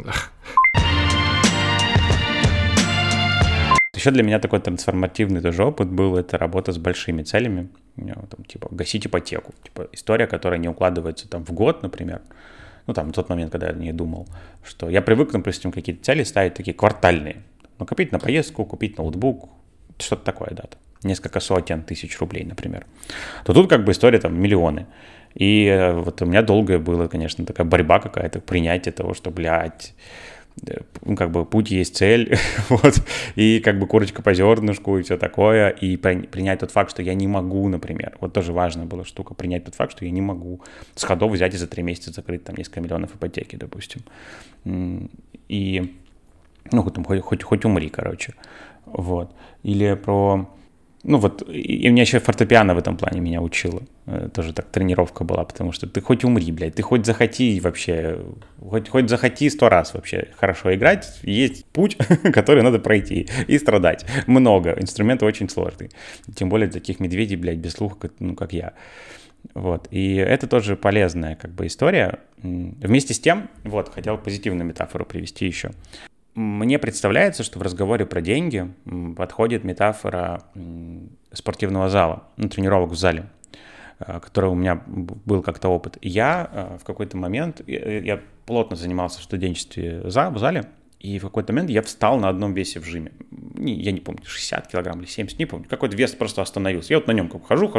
Еще для меня такой трансформативный тоже опыт был, это работа с большими целями, там, типа гасить ипотеку, типа история, которая не укладывается там в год, например, ну там в тот момент, когда я не думал, что я привык, допустим, какие-то цели ставить такие квартальные, купить на поездку, купить ноутбук, что-то такое, да, несколько сотен тысяч рублей, например, то тут как бы история там миллионы. И вот у меня долгая была, конечно, такая борьба какая-то, принятие того, что, блядь, как бы путь есть цель, вот, и как бы курочка по зернышку и все такое, и принять тот факт, что я не могу, например, вот тоже важная была штука, принять тот факт, что я не могу с ходов взять и за 3 месяца закрыть там несколько миллионов ипотеки, допустим, и, ну, там, хоть умри, короче, вот, или про... Ну вот, и у меня еще фортепиано в этом плане меня учило. Тоже так тренировка была, потому что ты хоть умри, блядь, ты хоть захоти вообще, хоть захоти 100 раз вообще хорошо играть, есть путь, который надо пройти и страдать. Много, инструменты очень сложные. Тем более для таких медведей, блядь, без слуха, ну, как я. Вот, и это тоже полезная как бы история. Вместе с тем, вот, хотел позитивную метафору привести еще. Мне представляется, что в разговоре про деньги подходит метафора спортивного зала, ну, тренировок в зале, который у меня был как-то опыт. Я в какой-то момент, я плотно занимался в студенчестве в зале, и в какой-то момент я встал на одном весе в жиме. Я не помню, 60 килограмм или 70, не помню. Какой-то вес просто остановился. Я вот на нем как хожу.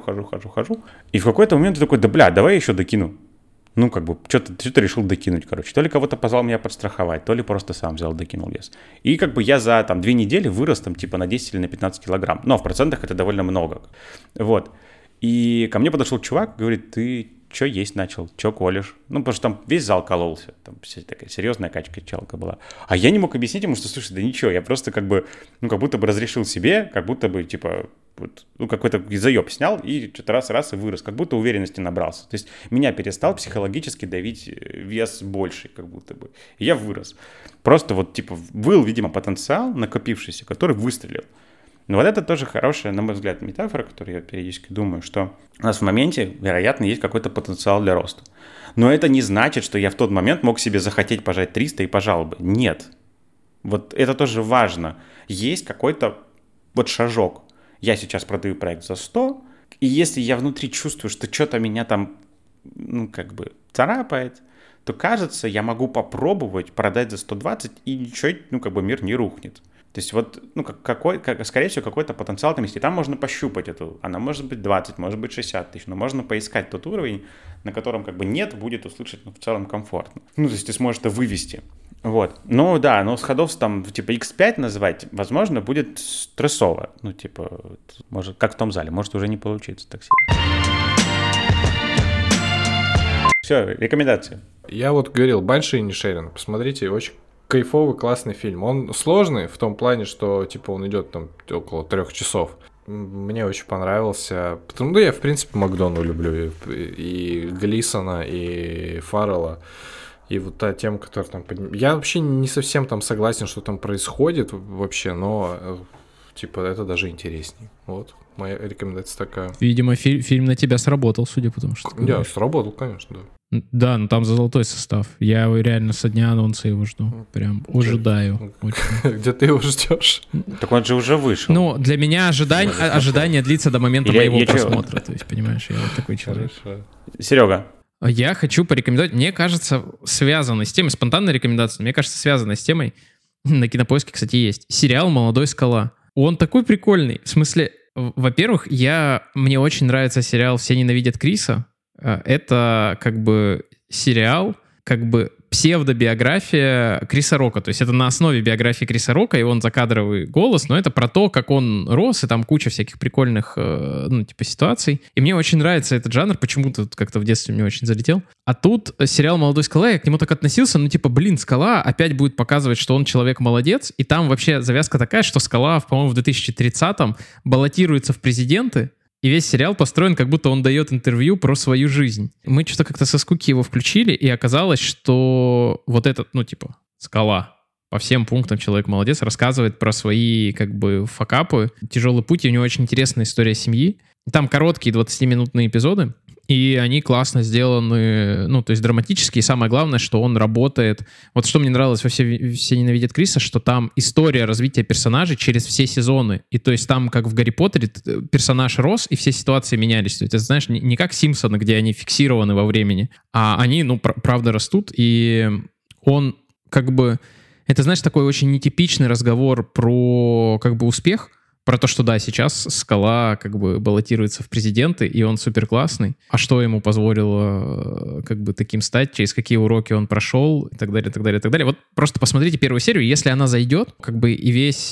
И в какой-то момент я такой, да, бля, давай я еще докину. Ну, как бы, что-то решил докинуть, короче. То ли кого-то позвал меня подстраховать, то ли просто сам взял, докинул вес. И как бы я за там 2 недели вырос там типа на 10 или на 15 килограмм. Но в процентах это довольно много. Вот. И ко мне подошел чувак, говорит, ты что есть начал, что колешь? Ну, потому что там весь зал кололся. Там такая серьезная качка-челка была. А я не мог объяснить ему, что, слушай, да ничего, я просто как бы, ну, как будто бы разрешил себе, как будто бы, типа, вот, ну, какой-то заеб снял и что-то раз и вырос, как будто уверенности набрался. То есть меня перестал психологически давить вес больший, как будто бы. И я вырос. Просто вот, типа, был, видимо, потенциал накопившийся, который выстрелил. Но вот это тоже хорошая, на мой взгляд, метафора, которую я периодически думаю, что у нас в моменте, вероятно, есть какой-то потенциал для роста. Но это не значит, что я в тот момент мог себе захотеть пожать 300 и пожал бы. Нет. Вот это тоже важно. Есть какой-то вот шажок. Я сейчас продаю проект за 100, и если я внутри чувствую, что что-то меня там, ну, как бы царапает, то, кажется, я могу попробовать продать за 120, и ничего, ну, как бы мир не рухнет. То есть вот, ну, скорее всего, какой-то потенциал там есть. И там можно пощупать эту. Она может быть 20, может быть 60 тысяч, но можно поискать тот уровень, на котором как бы нет, будет услышать, ну, в целом комфортно. Ну, то есть ты сможешь это вывести. Вот. Ну, да, но с ходов там, типа, X5 называть, возможно, будет стрессово. Ну, типа, может, как в том зале, может уже не получиться так сильно. Все, рекомендации. Я вот говорил, Банши Инишерин, посмотрите, очень кайфовый, классный фильм. Он сложный в том плане, что, типа, он идет там около 3 часов. Мне очень понравился. Потому что я, в принципе, Макдону люблю. И Глисона, и Фаррелла. И вот та тема, которая там... Я вообще не совсем там согласен, что там происходит вообще, но, типа, это даже интересней. Вот. Моя рекомендация такая. Видимо, фильм на тебя сработал, судя по тому, что ты Да, говоришь. сработал, конечно, да. Да, но там за золотой состав. Я реально со дня анонса его жду. Прям ожидаю. Где ты его ждешь? Так он же уже вышел. Ну, для меня ожидание длится до момента моего просмотра. То есть, понимаешь, я вот такой человек. Серега. Я хочу порекомендовать, мне кажется, связанной с темой, спонтанная рекомендация, мне кажется, связанной с темой, на Кинопоиске, кстати, есть, сериал «Молодой скала». Он такой прикольный. В смысле, во-первых, мне очень нравится сериал «Все ненавидят Криса». Это как бы сериал, как бы псевдобиография Криса Рока. То есть это на основе биографии Криса Рока, и он закадровый голос, но это про то, как он рос, и там куча всяких прикольных, ну, типа, ситуаций. И мне очень нравится этот жанр, почему-то как-то в детстве мне очень залетел. А тут сериал «Молодой скала», я к нему так относился, ну, типа, блин, Скала опять будет показывать, что он человек-молодец, и там вообще завязка такая, что Скала, по-моему, в 2030-м баллотируется в президенты, и весь сериал построен, как будто он дает интервью про свою жизнь. Мы что-то как-то со скуки его включили, и оказалось, что вот этот, ну, типа, Скала, по всем пунктам человек-молодец, рассказывает про свои, как бы, факапы, тяжелый путь, и у него очень интересная история семьи. Там короткие 20-минутные эпизоды, и они классно сделаны, ну, то есть драматические. И самое главное, что он работает... Вот что мне нравилось во «Все ненавидят Криса», что там история развития персонажей через все сезоны. И то есть там, как в «Гарри Поттере», персонаж рос, и все ситуации менялись. То есть, ты знаешь, не как «Симпсоны», где они фиксированы во времени, а они, ну, правда растут, и он как бы... Это, знаешь, такой очень нетипичный разговор про как бы успех, про то, что да, сейчас Скала как бы баллотируется в президенты, и он супер классный. А что ему позволило как бы таким стать, через какие уроки он прошел, и так далее, и так далее, и так далее. Вот просто посмотрите первую серию, если она зайдет, как бы и весь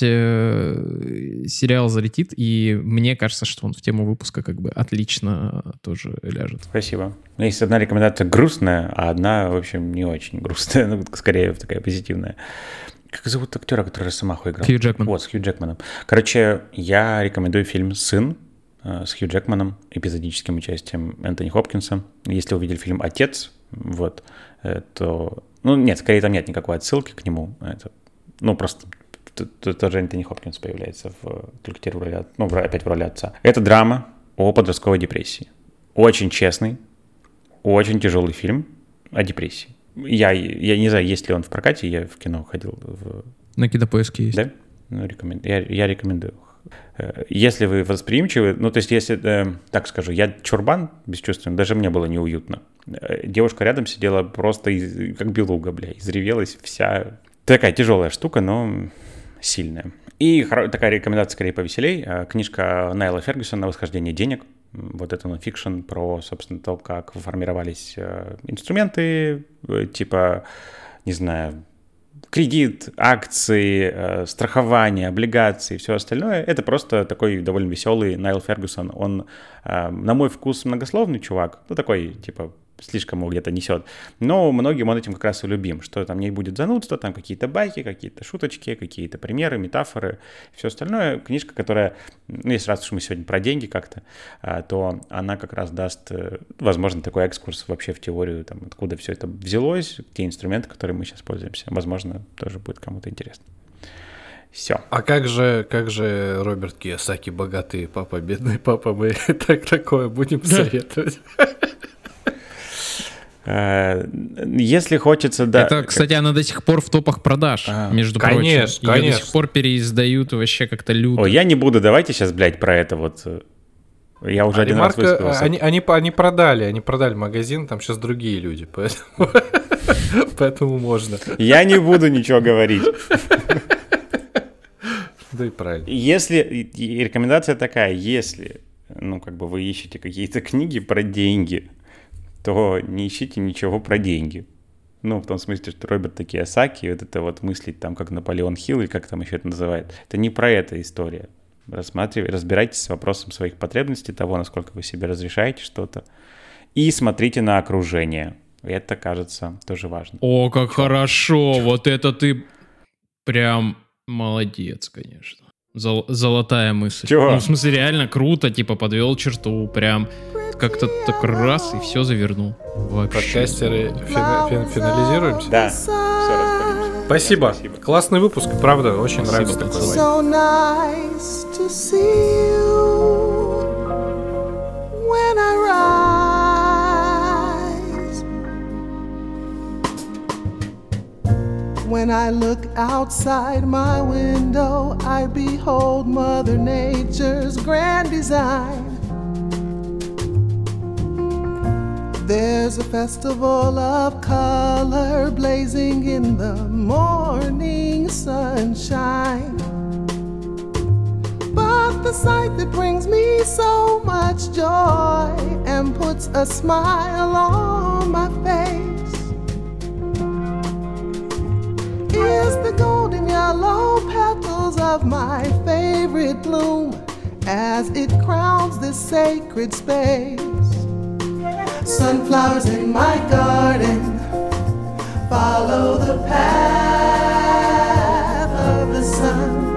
сериал залетит, и мне кажется, что он в тему выпуска как бы отлично тоже ляжет. Спасибо. Есть одна рекомендация грустная, а одна, в общем, не очень грустная, ну, скорее такая позитивная. Как зовут актера, который Росомаху играл? Хью Джекман. Вот, с Хью Джекманом. Короче, я рекомендую фильм «Сын» с Хью Джекманом, эпизодическим участием Энтони Хопкинса. Если вы видели фильм «Отец», вот, то... Ну, нет, скорее там нет никакой отсылки к нему. Это, ну, просто тот же Энтони Хопкинс появляется только теперь в роли, ну, опять в роли отца. Это драма о подростковой депрессии. Очень честный, очень тяжелый фильм о депрессии. Я не знаю, есть ли он в прокате, я в кино ходил. На Кинопоиске есть. Да? Ну, я рекомендую. Если вы восприимчивы, ну, то есть, если, так скажу, я чурбан бесчувственный, даже мне было неуютно. Девушка рядом сидела просто как белуга, бля, изревелась вся. Такая тяжелая штука, но сильная. И такая рекомендация скорее повеселей. Книжка Найла Фергюсона «Восхождение денег». Вот это нонфикшн про, собственно, то, как формировались инструменты, типа, не знаю, кредит, акции, страхование, облигации и все остальное. Это просто такой довольно веселый Найл Фергюсон. Он, на мой вкус, многословный чувак, ну, такой, типа, слишком его где-то несет. Но многим он этим как раз и любим, что там не будет занудства, там какие-то байки, какие-то шуточки, какие-то примеры, метафоры, все остальное. Книжка, которая, ну, если раз уж мы сегодня про деньги как-то, то она как раз даст, возможно, такой экскурс вообще в теорию, там, откуда все это взялось, те инструменты, которыми мы сейчас пользуемся. Возможно, тоже будет кому-то интересно. Все. А как же Роберт Кийосаки, богатый папа, бедный папа, мы такое будем советовать? Если хочется, да. Это, кстати, она до сих пор в топах продаж, между прочим. Ее до сих пор переиздают вообще как-то люто. Ой, я не буду, давайте сейчас, блядь, про это вот. Я уже один раз высказался. Они продали магазин, там сейчас другие люди, поэтому можно. Я не буду ничего говорить. Да и правильно. Если, рекомендация такая, если, ну, как бы вы ищете какие-то книги про деньги, то не ищите ничего про деньги. Ну, в том смысле, что Роберт Кийосаки, вот это вот мыслить там, как Наполеон Хилл, или как там еще это называют, это не про это история. Разбирайтесь с вопросом своих потребностей, того, насколько вы себе разрешаете что-то, и смотрите на окружение. Это, кажется, тоже важно. О, как хорошо! Вот это ты прям молодец, конечно. Золотая мысль. Чего? Ну, в смысле, реально круто, типа, подвел черту, прям как-то так раз и все завернул. Вообще. Подкастеры финализируемся? Да, все расходимся. Спасибо. Классный выпуск, правда, очень нравится такой лайф. So nice to see you when I rise. When I look outside my window, I behold Mother Nature's grand design. There's a festival of color blazing in the morning sunshine. But the sight that brings me so much joy and puts a smile on my face is the golden yellow petals of my favorite bloom as it crowns this sacred space. Sunflowers in my garden follow the path of the sun.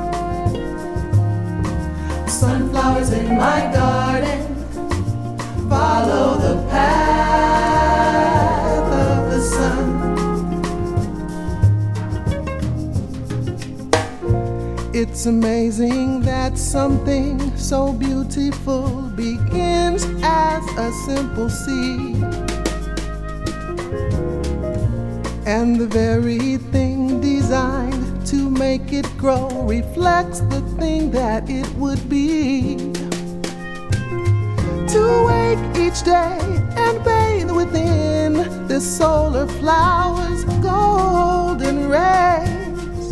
Sunflowers in my garden follow the path of the sun. It's amazing that something so beautiful begins as a simple seed. And the very thing designed to make it grow reflects the thing that it would be. To wake each day and bathe within this solar flower's golden rays.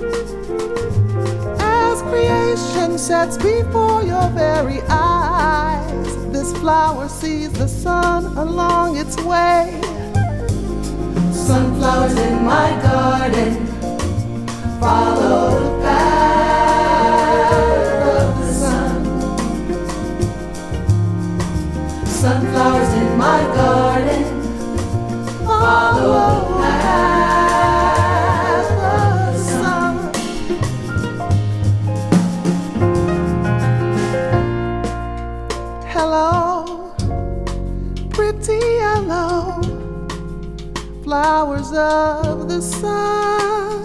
As creation sets before your very eyes, this flower sees the sun along its way. Sunflowers in my garden, follow the path of the sun. Sunflowers in my garden, follow the path of the sun. Hello, pretty yellow flowers of the sun.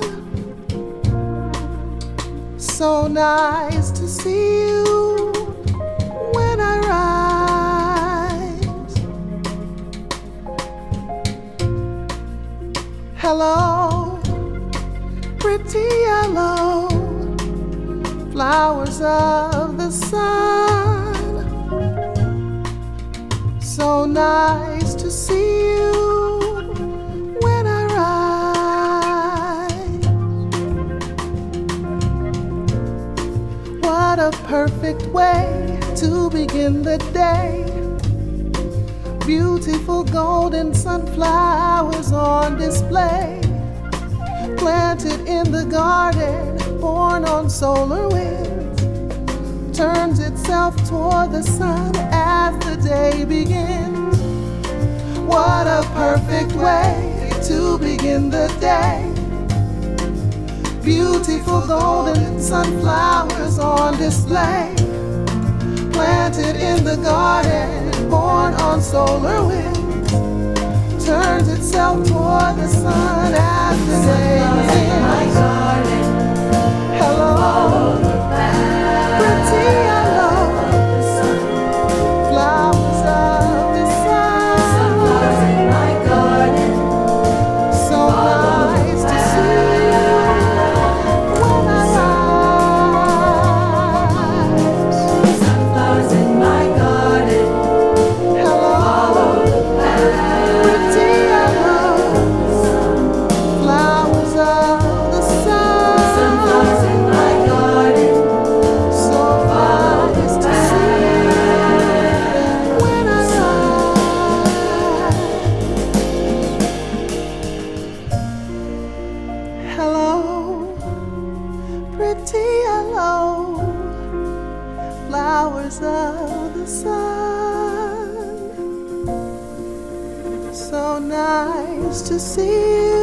So nice to see you when I rise. Hello, pretty yellow flowers of the sun. So nice to see you when I rise. What a perfect way to begin the day. Beautiful golden sunflowers on display, planted in the garden, born on solar winds, turns itself toward the sun as the day begins. What a perfect way to begin the day. Beautiful golden sunflowers on display, planted in the garden, born on solar winds, turns itself toward the sun as the day begins. Hello, pretty yellow flowers of the sun. Sunflowers in my garden, so nice to see you when I rise. Sunflowers in my garden, hello, pretty yellow flowers of the sun. Sunflowers in my garden, so nice to see you when I rise. Hello, pretty yellow flowers of the sun. So nice to see you